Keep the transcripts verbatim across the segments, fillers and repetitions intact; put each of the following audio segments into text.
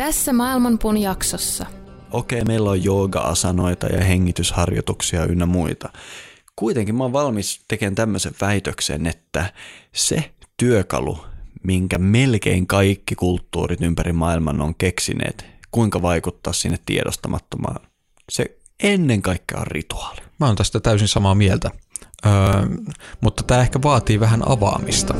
Tässä Maailmanpuun jaksossa. Okei, meillä on jooga-asanoita ja hengitysharjoituksia ynnä muita. Kuitenkin mä oon valmis tekemään tämmöisen väitöksen, että se työkalu, minkä melkein kaikki kulttuurit ympäri maailman on keksineet, kuinka vaikuttaa sinne tiedostamattomaan, se ennen kaikkea on rituaali. Mä oon tästä täysin samaa mieltä, öö, mutta tämä ehkä vaatii vähän avaamista.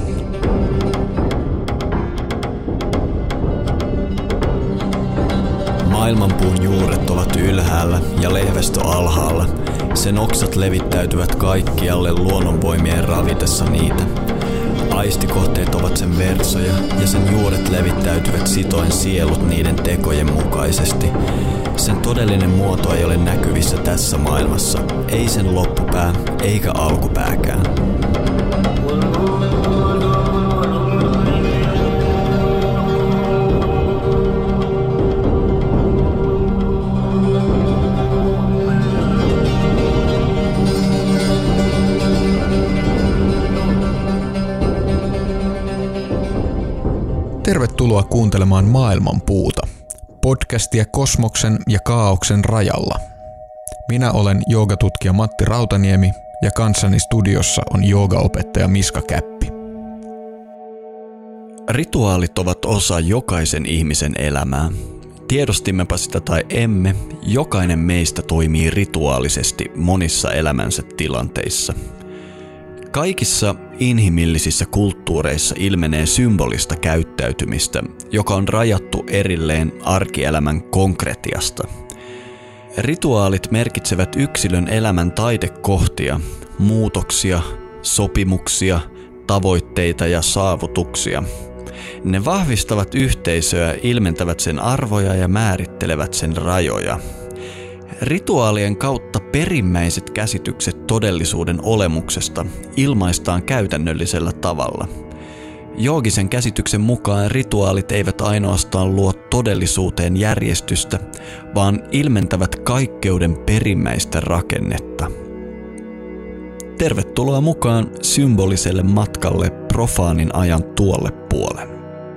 Maailmanpuun juuret ovat ylhäällä ja lehvästö alhaalla. Sen oksat levittäytyvät kaikkialle luonnonvoimien ravitessa niitä. Aistikohteet ovat sen versoja ja sen juuret levittäytyvät sitoen sielut niiden tekojen mukaisesti. Sen todellinen muoto ei ole näkyvissä tässä maailmassa, ei sen loppupää eikä alkupääkään. Tervetuloa kuuntelemaan Maailmanpuuta, podcastia kosmoksen ja kaaoksen rajalla. Minä olen joogatutkija Matti Rautaniemi ja kanssani studiossa on joogaopettaja Miska Käppi. Rituaalit ovat osa jokaisen ihmisen elämää. Tiedostimmepa sitä tai emme, jokainen meistä toimii rituaalisesti monissa elämänsä tilanteissa. Kaikissa inhimillisissä kulttuureissa ilmenee symbolista käyttäytymistä, joka on rajattu erilleen arkielämän konkretiasta. Rituaalit merkitsevät yksilön elämän taitekohtia, muutoksia, sopimuksia, tavoitteita ja saavutuksia. Ne vahvistavat yhteisöä, ilmentävät sen arvoja ja määrittelevät sen rajoja. Rituaalien kautta perimmäiset käsitykset todellisuuden olemuksesta ilmaistaan käytännöllisellä tavalla. Joogisen käsityksen mukaan rituaalit eivät ainoastaan luo todellisuuteen järjestystä, vaan ilmentävät kaikkeuden perimmäistä rakennetta. Tervetuloa mukaan symboliselle matkalle profaanin ajan tuolle puolelle.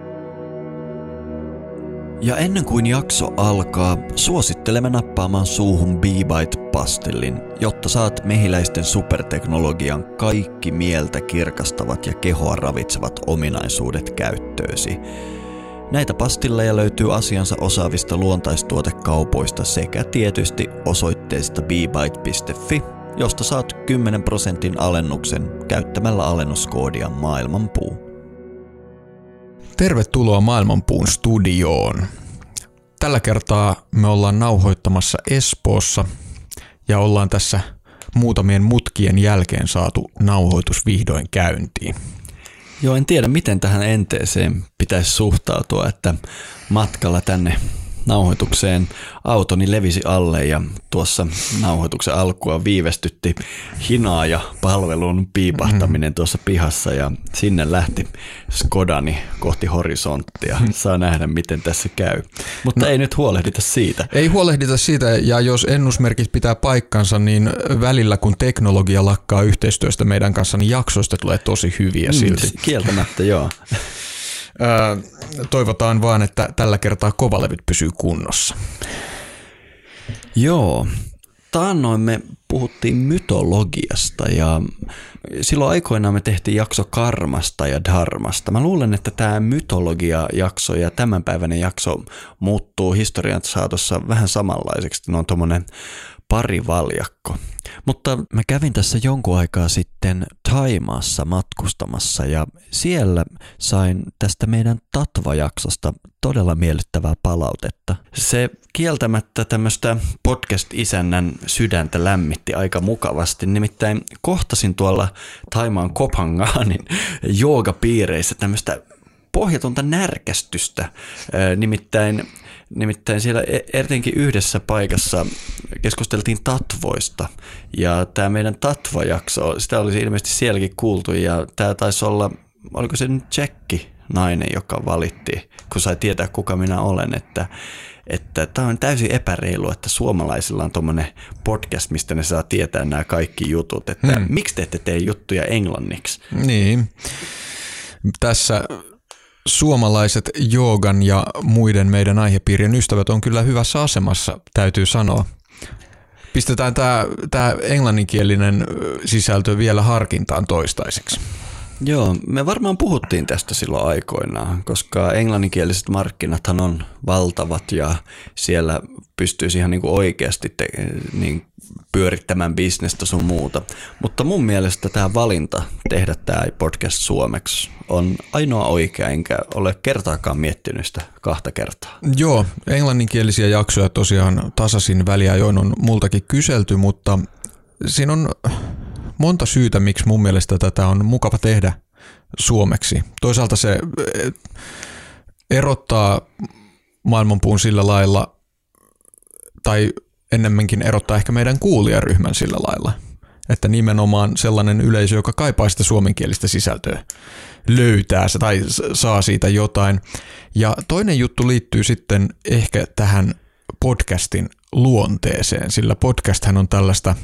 Ja ennen kuin jakso alkaa, suosittelemme nappaamaan suuhun Be-Bite-pastillin, jotta saat mehiläisten superteknologian kaikki mieltä kirkastavat ja kehoa ravitsevat ominaisuudet käyttöösi. Näitä pastilleja löytyy asiansa osaavista luontaistuotekaupoista sekä tietysti osoitteesta be bite piste fi, josta saat kymmenen prosentin alennuksen käyttämällä alennuskoodia Maailmanpuu. Tervetuloa Maailmanpuun studioon. Tällä kertaa me ollaan nauhoittamassa Espoossa ja ollaan tässä muutamien mutkien jälkeen saatu nauhoitus vihdoin käyntiin. Joo, en tiedä miten tähän enteeseen pitäisi suhtautua, että matkalla tänne nauhoitukseen autoni levisi alle ja tuossa nauhoituksen alkua viivästytti hinaa ja palvelun piipahtaminen tuossa pihassa ja sinne lähti Skodani kohti horisonttia. Saa nähdä miten tässä käy, mutta no, ei nyt huolehdita siitä. Ei huolehdita siitä ja jos ennusmerkit pitää paikkansa, niin välillä kun teknologia lakkaa yhteistyöstä meidän kanssa, niin jaksoista tulee tosi hyviä silti. Mm, kieltämättä joo. Öö, toivotaan vaan, että tällä kertaa kovalevyt pysyy kunnossa. Joo, taannoin me puhuttiin mytologiasta ja silloin aikoinaan me tehtiin jakso karmasta ja dharmasta. Mä luulen, että tämä mytologia-jakso ja tämänpäiväinen jakso muuttuu historian saatossa vähän samanlaiseksi. Ne on tommonen parivaljakko. Mutta mä kävin tässä jonkun aikaa sitten Thaimaassa matkustamassa ja siellä sain tästä meidän Tatva-jaksosta todella miellyttävää palautetta. Se kieltämättä tämmöistä podcast-isännän sydäntä lämmitti aika mukavasti. Nimittäin kohtasin tuolla Thaimaan Koh Phanganin joogapiireissä tämmöistä pohjatonta närkästystä. Nimittäin Nimittäin siellä etenkin yhdessä paikassa keskusteltiin tatvoista ja tämä meidän tatva-jakso, sitä olisi ilmeisesti sielläkin kuultu ja tämä taisi olla, oliko se nyt tsekki nainen, joka valitti, kun sai tietää kuka minä olen, että että tämä on täysin epäreilu, että suomalaisilla on tuommoinen podcast, mistä ne saa tietää nämä kaikki jutut, että hmm. miksi te ette tee juttuja englanniksi? Niin, tässä Suomalaiset joogan ja muiden meidän aihepiirien ystävät on kyllä hyvässä asemassa, täytyy sanoa. Pistetään tämä, tämä englanninkielinen sisältö vielä harkintaan toistaiseksi. Joo, me varmaan puhuttiin tästä silloin aikoinaan, koska englanninkieliset markkinathan on valtavat ja siellä pystyisi ihan niin kuin oikeasti te, niin pyörittämään bisnestä sun muuta. Mutta mun mielestä tämä valinta tehdä tämä podcast suomeksi on ainoa oikea, enkä ole kertaakaan miettinyt sitä kahta kertaa. Joo, englanninkielisiä jaksoja tosiaan tasaisin väliajoin on multakin kyselty, mutta siinä on monta syytä, miksi mun mielestä tätä on mukava tehdä suomeksi. Toisaalta se erottaa maailmanpuun sillä lailla, tai ennemminkin erottaa ehkä meidän kuulijaryhmän sillä lailla, että nimenomaan sellainen yleisö, joka kaipaa sitä suomenkielistä sisältöä, löytää se tai saa siitä jotain. Ja toinen juttu liittyy sitten ehkä tähän podcastin luonteeseen, sillä podcasthän on tällaista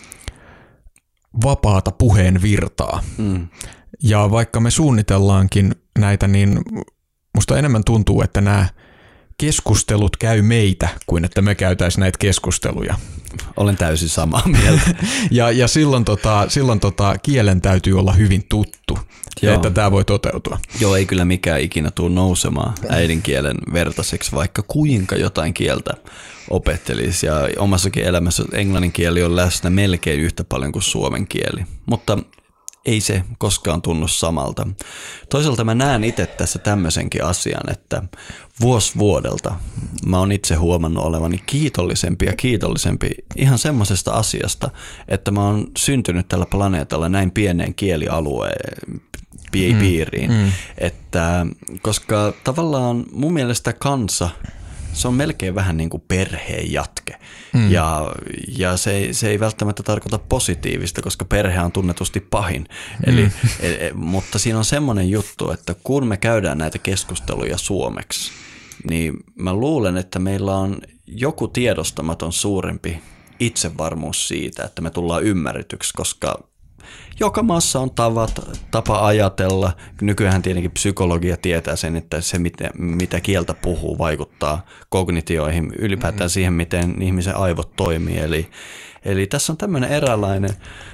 vapaata puheen virtaa. Mm. Ja vaikka me suunnitellaankin näitä, niin musta enemmän tuntuu, että nämä keskustelut käy meitä, kuin että me käytäisiin näitä keskusteluja. Olen täysin samaa mieltä. ja ja silloin, tota, silloin tota, kielen täytyy olla hyvin tuttu, ja että tämä voi toteutua. Joo, ei kyllä mikään ikinä tule nousemaan äidinkielen vertaiseksi, vaikka kuinka jotain kieltä opettelisi. Ja omassakin elämässä englannin kieli on läsnä melkein yhtä paljon kuin suomen kieli, mutta ei se koskaan tunnu samalta. Toisaalta mä näen itse tässä tämmöisenkin asian, että vuosi vuodelta mä oon itse huomannut olevani kiitollisempi ja kiitollisempi ihan semmoisesta asiasta, että mä oon syntynyt tällä planeetalla näin pieneen kielialueen piiriin, mm, mm. että koska tavallaan mun mielestä kansa, se on melkein vähän niin kuin perheen jatke. Mm. Ja, ja se, se ei välttämättä tarkoita positiivista, koska perhe on tunnetusti pahin. Eli, mm. e, mutta siinä on semmoinen juttu, että kun me käydään näitä keskusteluja suomeksi, niin mä luulen, että meillä on joku tiedostamaton suurempi itsevarmuus siitä, että me tullaan ymmärretyksi, koska joka maassa on tavat, tapa ajatella. Nykyään tietenkin psykologia tietää sen, että se mitä, mitä kieltä puhuu vaikuttaa kognitioihin, ylipäätään siihen, miten ihmisen aivot toimii. Eli, eli tässä on tämmöinen eräänlainen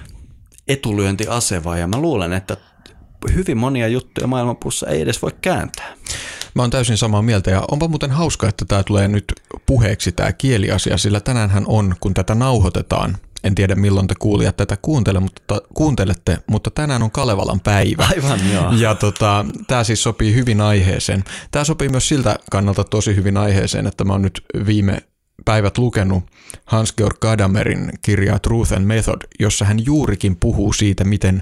etulyöntiaseva ja mä luulen, että hyvin monia juttuja maailmanpuussa ei edes voi kääntää. Mä oon täysin samaa mieltä ja onpa muuten hauska, että tämä tulee nyt puheeksi tämä kieliasia, sillä tänäänhän on, kun tätä nauhoitetaan. En tiedä milloin te kuulijat tätä kuuntele, mutta, kuuntelette, mutta tänään on Kalevalan päivä. Aivan, joo. Ja tota, tämä siis sopii hyvin aiheeseen. Tämä sopii myös siltä kannalta tosi hyvin aiheeseen, että mä oon nyt viime päivät lukenut Hans-Georg Gadamerin kirjaa Truth and Method, jossa hän juurikin puhuu siitä, miten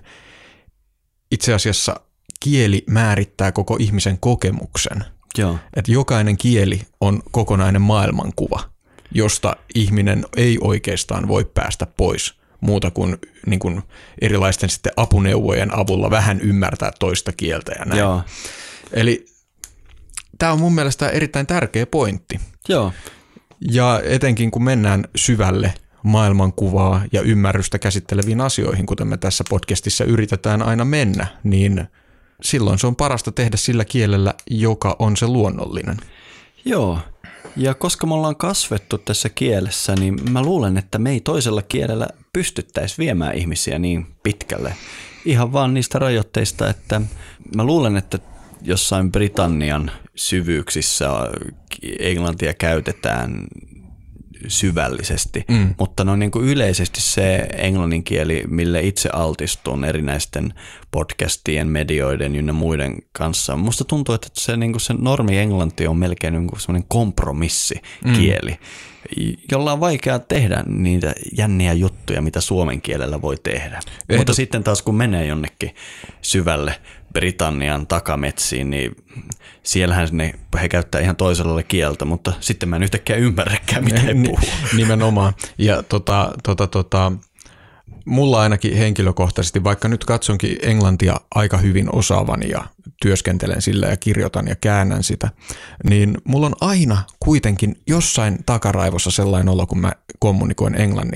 itse asiassa kieli määrittää koko ihmisen kokemuksen. Joo. Että jokainen kieli on kokonainen maailmankuva, josta ihminen ei oikeastaan voi päästä pois muuta kuin, niin kuin erilaisten sitten apuneuvojen avulla vähän ymmärtää toista kieltä ja näin. Joo. Eli tämä on mun mielestä erittäin tärkeä pointti. Joo. Ja etenkin kun mennään syvälle maailmankuvaa ja ymmärrystä käsitteleviin asioihin, kuten me tässä podcastissa yritetään aina mennä, niin silloin se on parasta tehdä sillä kielellä, joka on se luonnollinen. Joo. Ja koska me ollaan kasvettu tässä kielessä, niin mä luulen, että me ei toisella kielellä pystyttäisi viemään ihmisiä niin pitkälle. Ihan vaan niistä rajoitteista, että mä luulen, että jossain Britannian syvyyksissä englantia käytetään syvällisesti, mm. mutta no niin kuin yleisesti se englannin kieli, mille itse altistun erinäisten podcastien, medioiden ynnä muiden kanssa. Musta tuntuu, että se, niin kuin se normi englanti on melkein niin kuin semmoinen kompromissikieli, mm. jolla on vaikea tehdä niitä jänniä juttuja, mitä suomen kielellä voi tehdä. Ehdot... Mutta sitten taas kun menee jonnekin syvälle Britannian takametsiin, niin siellähän ne, he käyttää ihan toisella kieltä, mutta sitten mä en yhtäkkiä ymmärräkään, mitä he puhuu. Nimenomaan. Ja tota, tota, tota, mulla ainakin henkilökohtaisesti, vaikka nyt katsonkin englantia aika hyvin osaavani ja työskentelen sillä ja kirjoitan ja käännän sitä, niin mulla on aina kuitenkin jossain takaraivossa sellainen olo, kun mä kommunikoin englanniksi,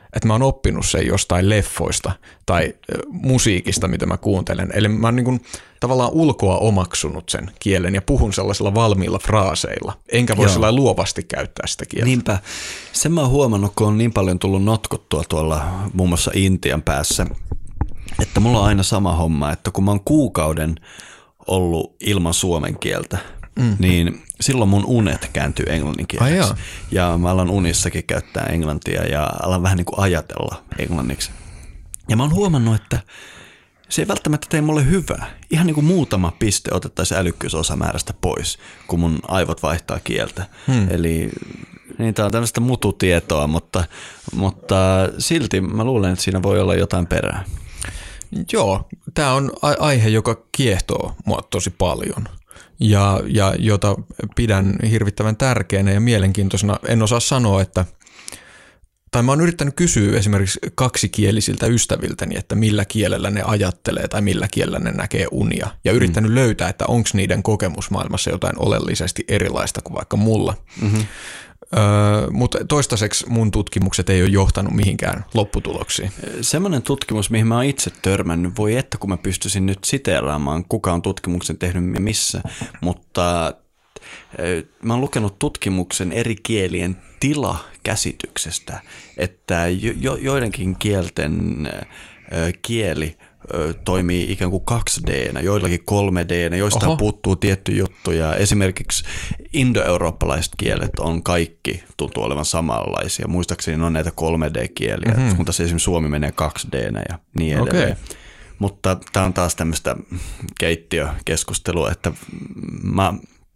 että mä oon oppinut sen jostain leffoista tai musiikista, mitä mä kuuntelen. Eli mä oon niin kuin tavallaan ulkoa omaksunut sen kielen ja puhun sellaisilla valmiilla fraaseilla, enkä voi sellainen luovasti käyttää sitä kieltä. Niinpä. Sen mä oon huomannut, kun on niin paljon tullut notkuttua tuolla muun muassa Intian päässä, että mulla on aina sama homma, että kun mä oon kuukauden ollut ilman suomen kieltä, mm. niin silloin mun unet kääntyy englanninkieleksi. Ja mä alan unissakin käyttää englantia ja alan vähän niin kuin ajatella englanniksi. Ja mä oon huomannut, että se ei välttämättä tee mulle hyvää. Ihan niin kuin muutama piste otettaisiin älykkyysosamäärästä pois, kun mun aivot vaihtaa kieltä. Hmm. Eli niin tää on tämmöistä mututietoa, mutta, mutta silti mä luulen, että siinä voi olla jotain perää. Joo, tämä on aihe, joka kiehtoo mua tosi paljon ja, ja jota pidän hirvittävän tärkeänä ja mielenkiintoisena. En osaa sanoa, että, tai mä oon yrittänyt kysyä esimerkiksi kaksikielisiltä ystäviltäni, että millä kielellä ne ajattelee tai millä kielellä ne näkee unia ja yrittänyt mm. löytää, että onko niiden kokemusmaailmassa jotain oleellisesti erilaista kuin vaikka mulla. Mm-hmm. Öö, mutta toistaiseksi mun tutkimukset ei ole johtanut mihinkään lopputuloksiin. Semmoinen tutkimus, mihin mä oon itse törmännyt, voi että kun mä pystyisin nyt siteeraamaan, kuka on tutkimuksen tehnyt ja missä, mutta mä oon lukenut tutkimuksen eri kielien tilakäsityksestä, että jo, joidenkin kielten kieli toimii ikään kuin kaksi D-nä, joillakin kolme D-nä, joista Oho. puuttuu tietty juttu. Ja esimerkiksi indoeurooppalaiset kielet on kaikki, tuntuu olevan samanlaisia. Muistaakseni on näitä kolme D-kieliä, mm-hmm. kun tässä esimerkiksi suomi menee kaksi D-nä ja niin edelleen. Okay. Mutta tämä on taas tämmöistä keittiökeskustelua, että mä,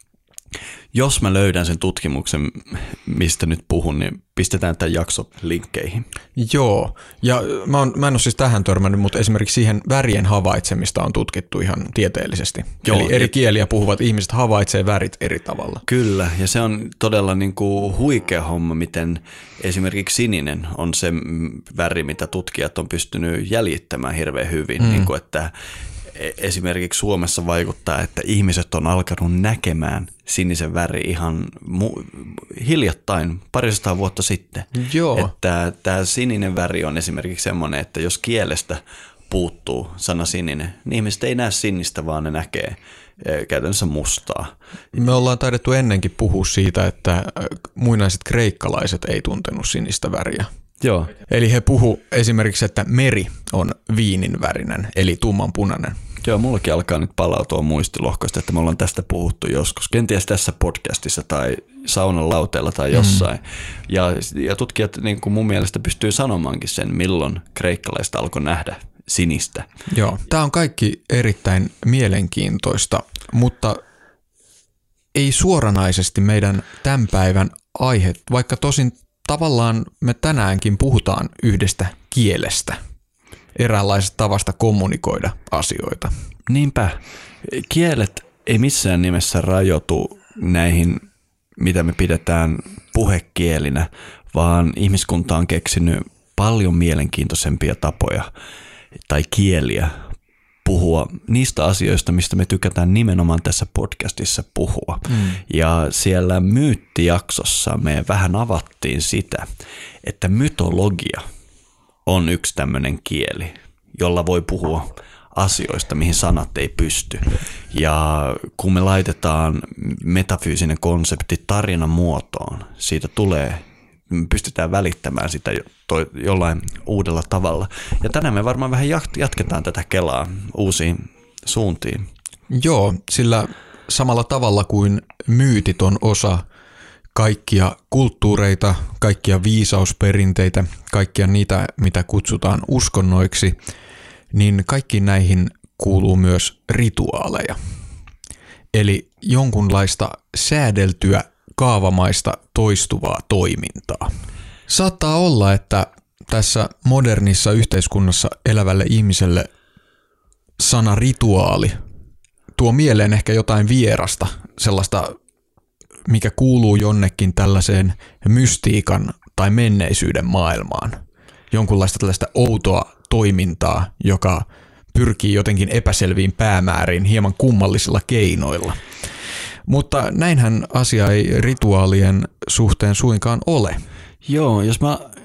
jos mä löydän sen tutkimuksen, mistä nyt puhun, niin pistetään tämän jakso linkkeihin. Joo, ja mä, on, mä en ole siis tähän törmännyt, mutta esimerkiksi siihen värien havaitsemista on tutkittu ihan tieteellisesti. Joo, eli eri kieliä puhuvat ihmiset havaitsee värit eri tavalla. Kyllä, ja se on todella niin kuin huikea homma, miten esimerkiksi sininen on se väri, mitä tutkijat on pystynyt jäljittämään hirveän hyvin, mm. niin kuin että esimerkiksi Suomessa vaikuttaa, että ihmiset on alkanut näkemään sinisen väri ihan mu- hiljattain, parisataa vuotta sitten. Joo. Että tämä sininen väri on esimerkiksi semmoinen, että jos kielestä puuttuu sana sininen, niin ihmiset ei näe sinistä, vaan ne näkee käytännössä mustaa. Me ollaan taidettu ennenkin puhua siitä, että muinaiset kreikkalaiset ei tuntenut sinistä väriä. Joo. Eli he puhu esimerkiksi, että meri on viininvärinen, eli tummanpunainen. Joo, mullakin alkaa nyt palautua muistilohkoista, että me ollaan tästä puhuttu joskus, kenties tässä podcastissa tai saunan lauteella tai jossain. Mm. Ja, ja tutkijat niin kuin mun mielestä pystyy sanomaankin sen, milloin kreikkalaiset alkoi nähdä sinistä. Joo, tämä on kaikki erittäin mielenkiintoista, mutta ei suoranaisesti meidän tämän päivän aihe, vaikka tosin tavallaan me tänäänkin puhutaan yhdestä kielestä, eräänlaisesta tavasta kommunikoida asioita. Niinpä. Kielet ei missään nimessä rajoitu näihin, mitä me pidetään puhekielinä, vaan ihmiskunta on keksinyt paljon mielenkiintoisempia tapoja tai kieliä puhua niistä asioista, mistä me tykätään nimenomaan tässä podcastissa puhua. Mm. Ja siellä myyttijaksossa me vähän avattiin sitä, että mytologia on yksi tämmöinen kieli, jolla voi puhua asioista, mihin sanat ei pysty. Ja kun me laitetaan metafyysinen konsepti tarinan muotoon, siitä tulee, me pystytään välittämään sitä jollain uudella tavalla. Ja tänään me varmaan vähän jatketaan tätä kelaa uusiin suuntiin. Joo, sillä samalla tavalla kuin myytit on osa kaikkia kulttuureita, kaikkia viisausperinteitä, kaikkia niitä, mitä kutsutaan uskonnoiksi, niin kaikkiin näihin kuuluu myös rituaaleja. Eli jonkunlaista säädeltyä, kaavamaista, toistuvaa toimintaa. Saattaa olla, että tässä modernissa yhteiskunnassa elävälle ihmiselle sana rituaali tuo mieleen ehkä jotain vierasta, sellaista, mikä kuuluu jonnekin tällaiseen mystiikan tai menneisyyden maailmaan. Jonkunlaista tällaista outoa toimintaa, joka pyrkii jotenkin epäselviin päämääriin hieman kummallisilla keinoilla. Mutta näinhän asia ei rituaalien suhteen suinkaan ole. Joo, jos mä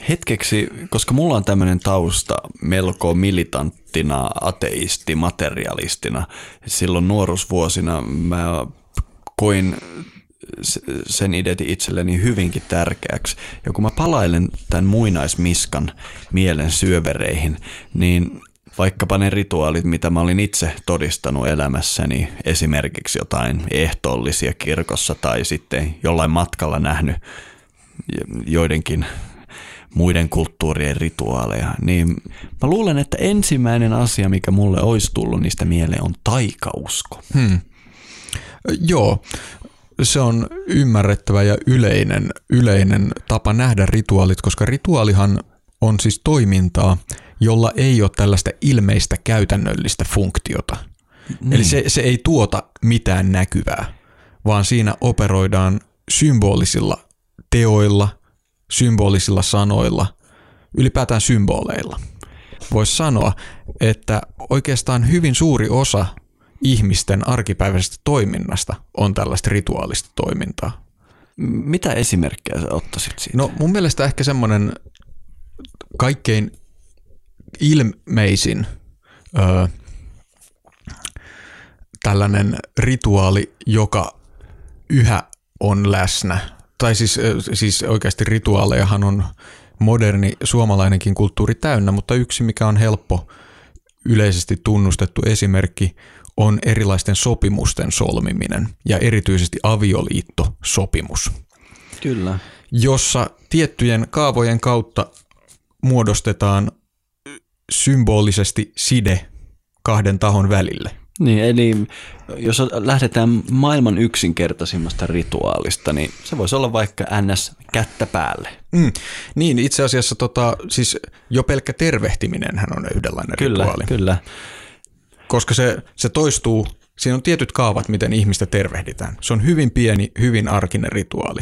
hetkeksi, koska mulla on tämmöinen tausta melko militanttina, ateisti, materialistina. Silloin nuoruusvuosina mä koin sen ideetin itselleni hyvinkin tärkeäksi. Ja kun mä palailen tämän muinaismiskan mielen syövereihin, niin vaikkapa ne rituaalit, mitä mä olin itse todistanut elämässäni, esimerkiksi jotain ehtoollisia kirkossa tai sitten jollain matkalla nähnyt joidenkin muiden kulttuurien rituaaleja, niin mä luulen, että ensimmäinen asia, mikä mulle olisi tullut niistä mieleen, on taikausko. Hmm. Joo, se on ymmärrettävä ja yleinen, yleinen tapa nähdä rituaalit, koska rituaalihan on siis toimintaa, jolla ei ole tällaista ilmeistä käytännöllistä funktiota. Mm. Eli se, se ei tuota mitään näkyvää, vaan siinä operoidaan symbolisilla teoilla, symbolisilla sanoilla, ylipäätään symboleilla. Voisi sanoa, että oikeastaan hyvin suuri osa ihmisten arkipäiväisestä toiminnasta on tällaista rituaalista toimintaa. Mitä esimerkkejä sä ottaisit siitä? No mun mielestä ehkä semmoinen kaikkein ilmeisin ö, tällainen rituaali, joka yhä on läsnä, tai siis, siis oikeasti rituaalejahan on moderni suomalainenkin kulttuuri täynnä, mutta yksi mikä on helppo yleisesti tunnustettu esimerkki on erilaisten sopimusten solmiminen ja erityisesti avioliittosopimus. Kyllä. Jossa tiettyjen kaavojen kautta muodostetaan symbolisesti side kahden tahon välille. Niin, eli jos lähdetään maailman yksinkertaisimmasta rituaalista, niin se voisi olla vaikka ns. Kättä päälle. Mm, niin, itse asiassa tota, siis jo pelkkä tervehtiminenhän on yhdenlainen kyllä, rituaali. Kyllä, koska se, se toistuu, siinä on tietyt kaavat, miten ihmistä tervehditään. Se on hyvin pieni, hyvin arkinen rituaali,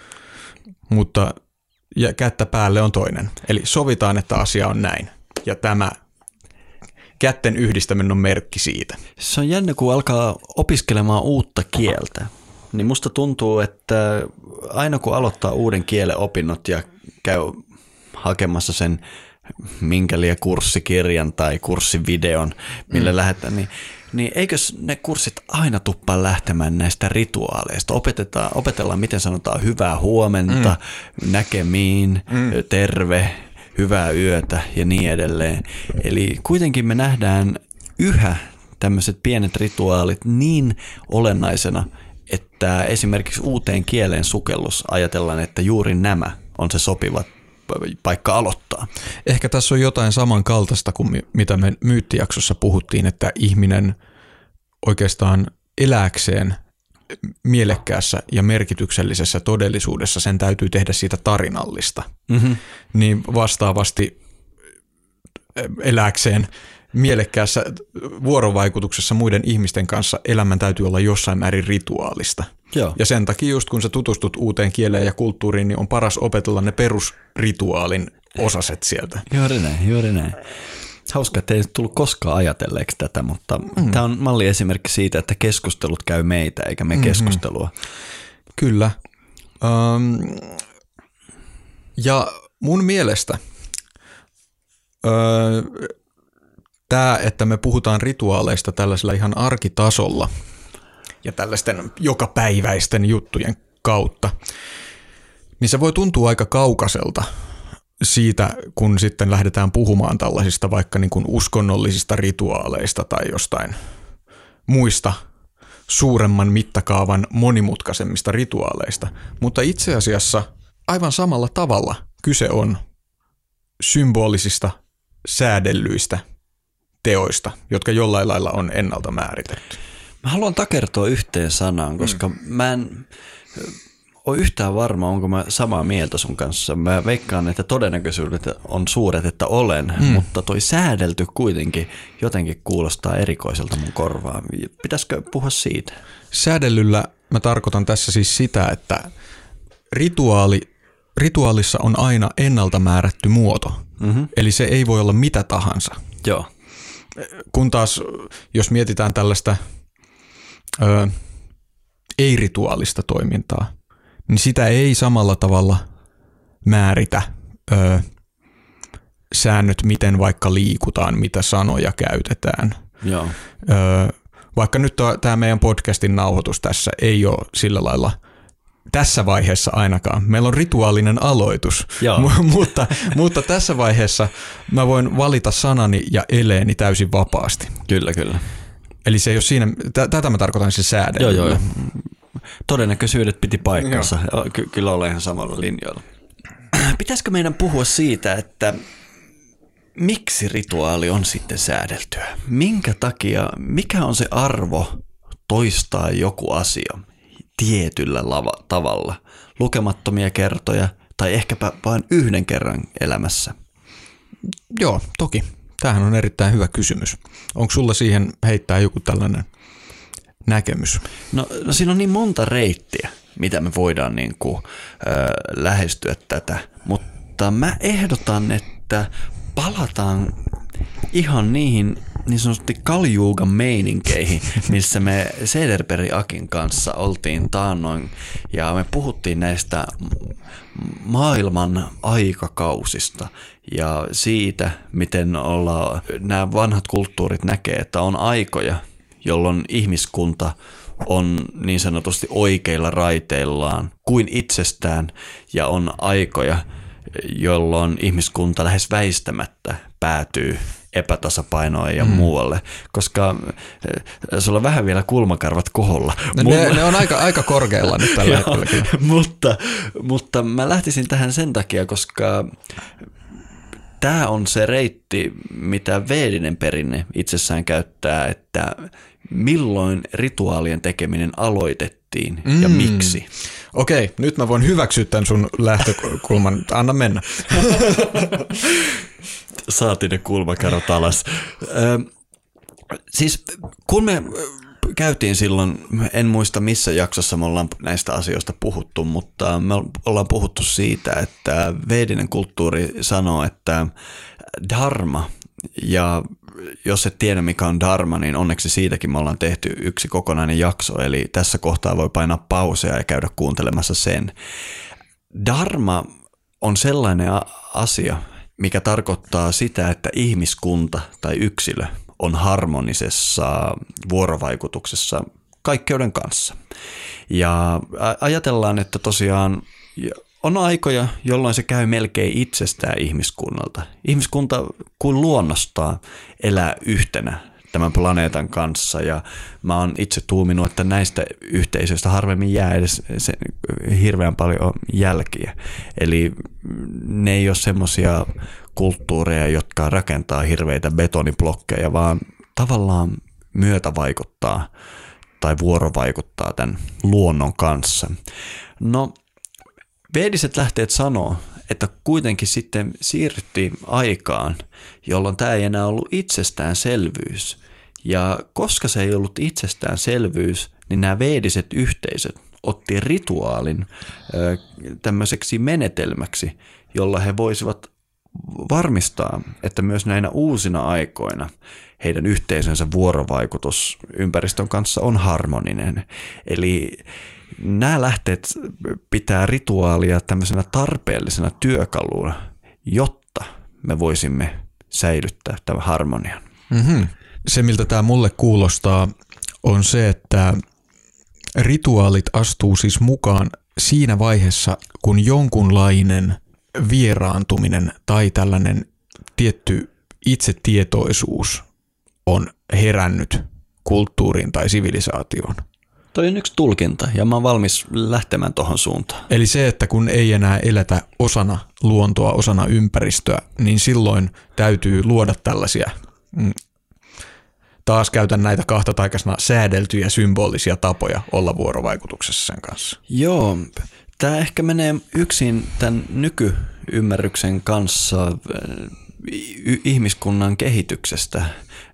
mutta ja kättä päälle on toinen. Eli sovitaan, että asia on näin, ja tämä kätten yhdistäminen on merkki siitä. Se on jännä, kun alkaa opiskelemaan uutta kieltä. Niin musta tuntuu, että aina kun aloittaa uuden kielen opinnot ja käy hakemassa sen minkä liian kurssikirjan tai kurssivideon, millä mm. lähdetään, niin, niin eikös ne kurssit aina tuppaa lähtemään näistä rituaaleista? Opetetaan, opetellaan, miten sanotaan hyvää huomenta, mm. näkemiin, mm. terve, hyvää yötä ja niin edelleen. Eli kuitenkin me nähdään yhä tämmöiset pienet rituaalit niin olennaisena, että esimerkiksi uuteen kieleen sukellus ajatellaan, että juuri nämä on se sopiva paikka aloittaa. Ehkä tässä on jotain samankaltaista kuin mitä me myyttijaksossa puhuttiin, että ihminen oikeastaan elääkseen mielekkäässä ja merkityksellisessä todellisuudessa sen täytyy tehdä siitä tarinallista. Mm-hmm. Niin vastaavasti elääkseen mielekkäässä vuorovaikutuksessa muiden ihmisten kanssa elämän täytyy olla jossain määrin rituaalista. Joo. Ja sen takia just kun sä tutustut uuteen kieleen ja kulttuuriin, niin on paras opetella ne perusrituaalin osaset sieltä. Juuri näin, juuri näin. Hauska, että ei tullut koskaan ajatelleeksi tätä, mutta mm. tämä on malliesimerkki siitä, että keskustelut käy meitä eikä me mm-hmm. keskustelua. Kyllä. Um, ja mun mielestä uh, tämä, että me puhutaan rituaaleista tällaisella ihan arkitasolla ja tällaisten jokapäiväisten juttujen kautta, niin se voi tuntua aika kaukaiselta siitä, kun sitten lähdetään puhumaan tällaisista vaikka niin kuin uskonnollisista rituaaleista tai jostain muista suuremman mittakaavan monimutkaisemmista rituaaleista. Mutta itse asiassa aivan samalla tavalla kyse on symbolisista, säädellyistä teoista, jotka jollain lailla on ennalta määritetty. Mä haluan takertua yhteen sanaan, koska mm. mä en ole yhtään varma, onko mä samaa mieltä sun kanssa. Mä veikkaan, että todennäköisyydet on suuret, että olen, mm. mutta toi säädelty kuitenkin jotenkin kuulostaa erikoiselta mun korvaan. Pitäisikö puhua siitä? Säädellyllä mä tarkoitan tässä siis sitä, että rituaali, rituaalissa on aina ennalta määrätty muoto. Mm-hmm. Eli se ei voi olla mitä tahansa. Joo. Kun taas, jos mietitään tällaista ö, ei-rituaalista toimintaa, niin sitä ei samalla tavalla määritä ö, säännöt, miten vaikka liikutaan, mitä sanoja käytetään. Joo. Ö, vaikka nyt tämä meidän podcastin nauhoitus tässä ei ole sillä lailla tässä vaiheessa ainakaan. Meillä on rituaalinen aloitus, M- mutta, mutta tässä vaiheessa mä voin valita sanani ja eleeni täysin vapaasti. Kyllä, kyllä. Eli se ei ole siinä, t- tätä mä tarkoitan siis säädellä. Joo, joo. Todennäköisyydet piti paikkansa. Ky- kyllä olen ihan samalla linjoilla. Pitäisikö meidän puhua siitä, että miksi rituaali on sitten säädeltyä? Minkä takia, mikä on se arvo toistaa joku asia tietyllä lava- tavalla, lukemattomia kertoja tai ehkäpä vain yhden kerran elämässä? Joo, toki. Tämähän on erittäin hyvä kysymys. Onko sulla siihen heittää joku tällainen näkemys? No, no siinä on niin monta reittiä, mitä me voidaan niin kuin, äh, lähestyä tätä, mutta mä ehdotan, että palataan ihan niihin niin sanotusti kaljuugan meininkeihin, missä me Cederberg Akin kanssa oltiin taannoin ja me puhuttiin näistä maailman aikakausista ja siitä, miten olla, nämä vanhat kulttuurit näkee, että on aikoja, jolloin ihmiskunta on niin sanotusti oikeilla raiteillaan kuin itsestään ja on aikoja, jolloin ihmiskunta lähes väistämättä päätyy epätasapainoon ja mm. muualle, koska sulla on vähän vielä kulmakarvat koholla. No ne, ne on aika, aika korkealla nyt tällä hetkellä. mutta, mutta mä lähtisin tähän sen takia, koska tämä on se reitti, mitä vedinen perinne itsessään käyttää, että milloin rituaalien tekeminen aloitettiin mm. ja miksi. Okei, nyt mä voin hyväksyä tämän sun lähtökulman. Anna mennä. Saatiin ne kulmakarvat alas. Ö, siis kun me käytiin silloin, en muista missä jaksossa me ollaan näistä asioista puhuttu, mutta me ollaan puhuttu siitä, että vedinen kulttuuri sanoo, että dharma, ja jos et tiedä mikä on dharma, niin onneksi siitäkin me ollaan tehty yksi kokonainen jakso, eli tässä kohtaa voi painaa pausea ja käydä kuuntelemassa sen. Dharma on sellainen asia, mikä tarkoittaa sitä, että ihmiskunta tai yksilö on harmonisessa vuorovaikutuksessa kaikkeuden kanssa. Ja ajatellaan, että tosiaan on aikoja, jolloin se käy melkein itsestään ihmiskunnalta. Ihmiskunta kuin luonnostaan elää yhtenä tämän planeetan kanssa ja mä oon itse tuuminut, että näistä yhteisöistä harvemmin jää edes se, hirveän paljon jälkiä. Eli ne ei ole semmoisia kulttuureja, jotka rakentaa hirveitä betoniblokkeja, vaan tavallaan myötävaikuttaa tai vuorovaikuttaa tämän luonnon kanssa. No, vediset lähteet sanoo, että kuitenkin sitten siirryttiin aikaan, jolloin tämä ei enää ollut itsestäänselvyys. Ja koska se ei ollut itsestäänselvyys, niin nämä vediset yhteisöt otti rituaalin ö, tämmöiseksi menetelmäksi, jolla he voisivat varmistaa, että myös näinä uusina aikoina heidän yhteisönsä vuorovaikutus ympäristön kanssa on harmoninen. Eli nämä lähteet pitää rituaalia tämmöisenä tarpeellisena työkaluna, jotta me voisimme säilyttää tämän harmonian. Mm-hmm. Se, miltä tämä mulle kuulostaa, on se, että rituaalit astuu siis mukaan siinä vaiheessa, kun jonkunlainen vieraantuminen tai tällainen tietty itsetietoisuus on herännyt kulttuuriin tai sivilisaatioon. Toi on yksi tulkinta ja mä oon valmis lähtemään tuohon suuntaan. Eli se, että kun ei enää eletä osana luontoa, osana ympäristöä, niin silloin täytyy luoda tällaisia, mm, taas käytän näitä kahta taikasena säädeltyjä symbolisia tapoja olla vuorovaikutuksessa sen kanssa. Joo, tämä ehkä menee yksin tämän nykyymmärryksen kanssa ihmiskunnan kehityksestä.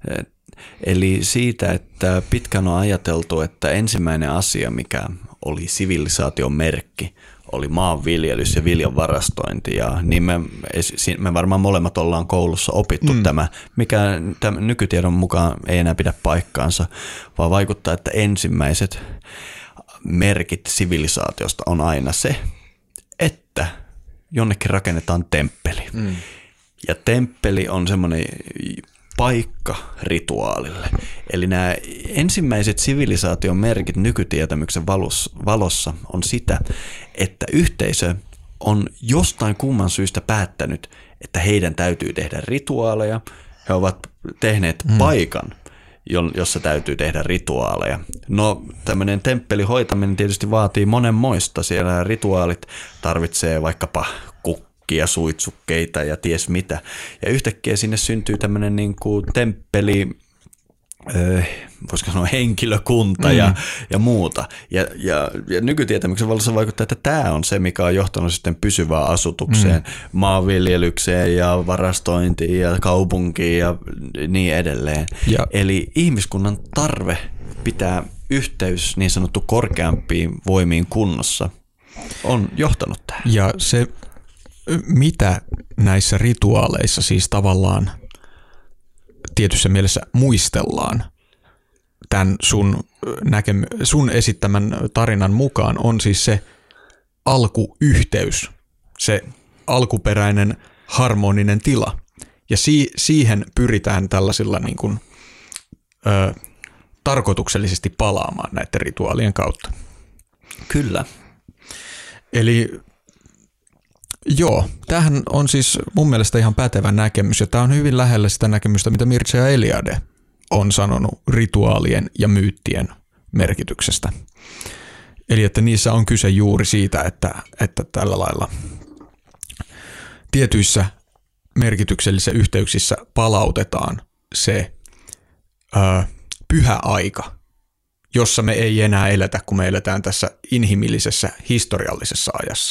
Eli siitä, että pitkään on ajateltu, että ensimmäinen asia, mikä oli sivilisaation merkki, oli maanviljelys ja viljan varastointi. Ja niin me, me varmaan molemmat ollaan koulussa opittu mm. tämä, mikä tämän nykytiedon mukaan ei enää pidä paikkaansa, vaan vaikuttaa, että ensimmäiset merkit sivilisaatiosta on aina se, että jonnekin rakennetaan temppeli. Mm. Ja temppeli on semmoinen paikka rituaalille. Eli nämä ensimmäiset sivilisaation merkit nykytietämyksen valossa on sitä, että yhteisö on jostain kumman syystä päättänyt, että heidän täytyy tehdä rituaaleja. He ovat tehneet mm. paikan, jossa täytyy tehdä rituaaleja. No tämmöinen temppelin hoitaminen tietysti vaatii monenmoista. Siellä rituaalit tarvitsee vaikkapa kukkia, suitsukkeita ja ties mitä. Ja yhtäkkiä sinne syntyy tämmöinen niin kuin temppeli, öö, voisiko sanoa henkilökunta mm. ja, ja muuta. Ja, ja, ja nykytietämyksen valossa vaikuttaa, että tämä on se, mikä on johtanut sitten pysyvään asutukseen, mm. maanviljelykseen ja varastointiin ja kaupunkiin ja niin edelleen. Ja. Eli ihmiskunnan tarve pitää yhteys niin sanottu korkeampiin voimiin kunnossa on johtanut tähän. Ja se, mitä näissä rituaaleissa siis tavallaan tietyssä mielessä muistellaan tämän sun, näkem- sun esittämän tarinan mukaan, on siis se alkuyhteys, se alkuperäinen harmoninen tila. Ja si- siihen pyritään tällaisilla niin kuin, ö, tarkoituksellisesti palaamaan näiden rituaalien kautta. Kyllä. Eli joo, tämähän on siis mun mielestä ihan pätevä näkemys, ja tämä on hyvin lähellä sitä näkemystä, mitä Mircea Eliade on sanonut rituaalien ja myyttien merkityksestä. Eli että niissä on kyse juuri siitä, että, että tällä lailla tietyissä merkityksellisissä yhteyksissä palautetaan se ö, pyhä aika, jossa me ei enää eletä, kun me eletään tässä inhimillisessä historiallisessa ajassa.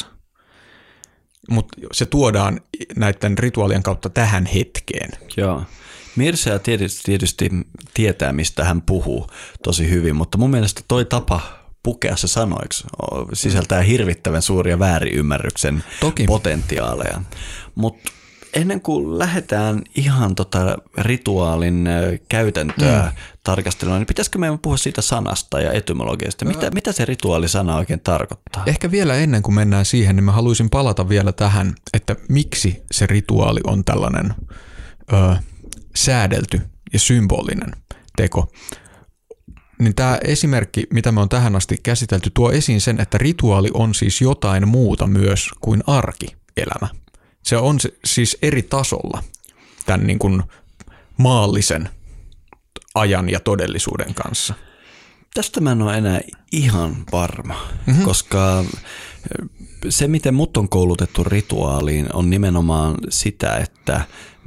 Mutta se tuodaan näiden rituaalien kautta tähän hetkeen. Joo. Mircea tietysti, tietysti tietää, mistä hän puhuu tosi hyvin, mutta mun mielestä toi tapa pukea se sanoiksi sisältää hirvittävän suuria väärinymmärryksen Toki. potentiaaleja. Mutta ennen kuin lähdetään ihan tota rituaalin käytäntöä mm. tarkastelemaan, niin pitäisikö meidän puhua siitä sanasta ja etymologiasta? Mitä, mitä se rituaalisana oikein tarkoittaa? Ehkä vielä ennen kuin mennään siihen, niin mä haluaisin palata vielä tähän, että miksi se rituaali on tällainen ö, säädelty ja symbolinen teko. Niin tämä esimerkki, mitä me on tähän asti käsitelty, tuo esiin sen, että rituaali on siis jotain muuta myös kuin arkielämä. Se on siis eri tasolla tämän niin kuin maallisen ajan ja todellisuuden kanssa. Tästä mä en ole enää ihan varma, mm-hmm. koska se, miten mut on koulutettu rituaaliin, on nimenomaan sitä, että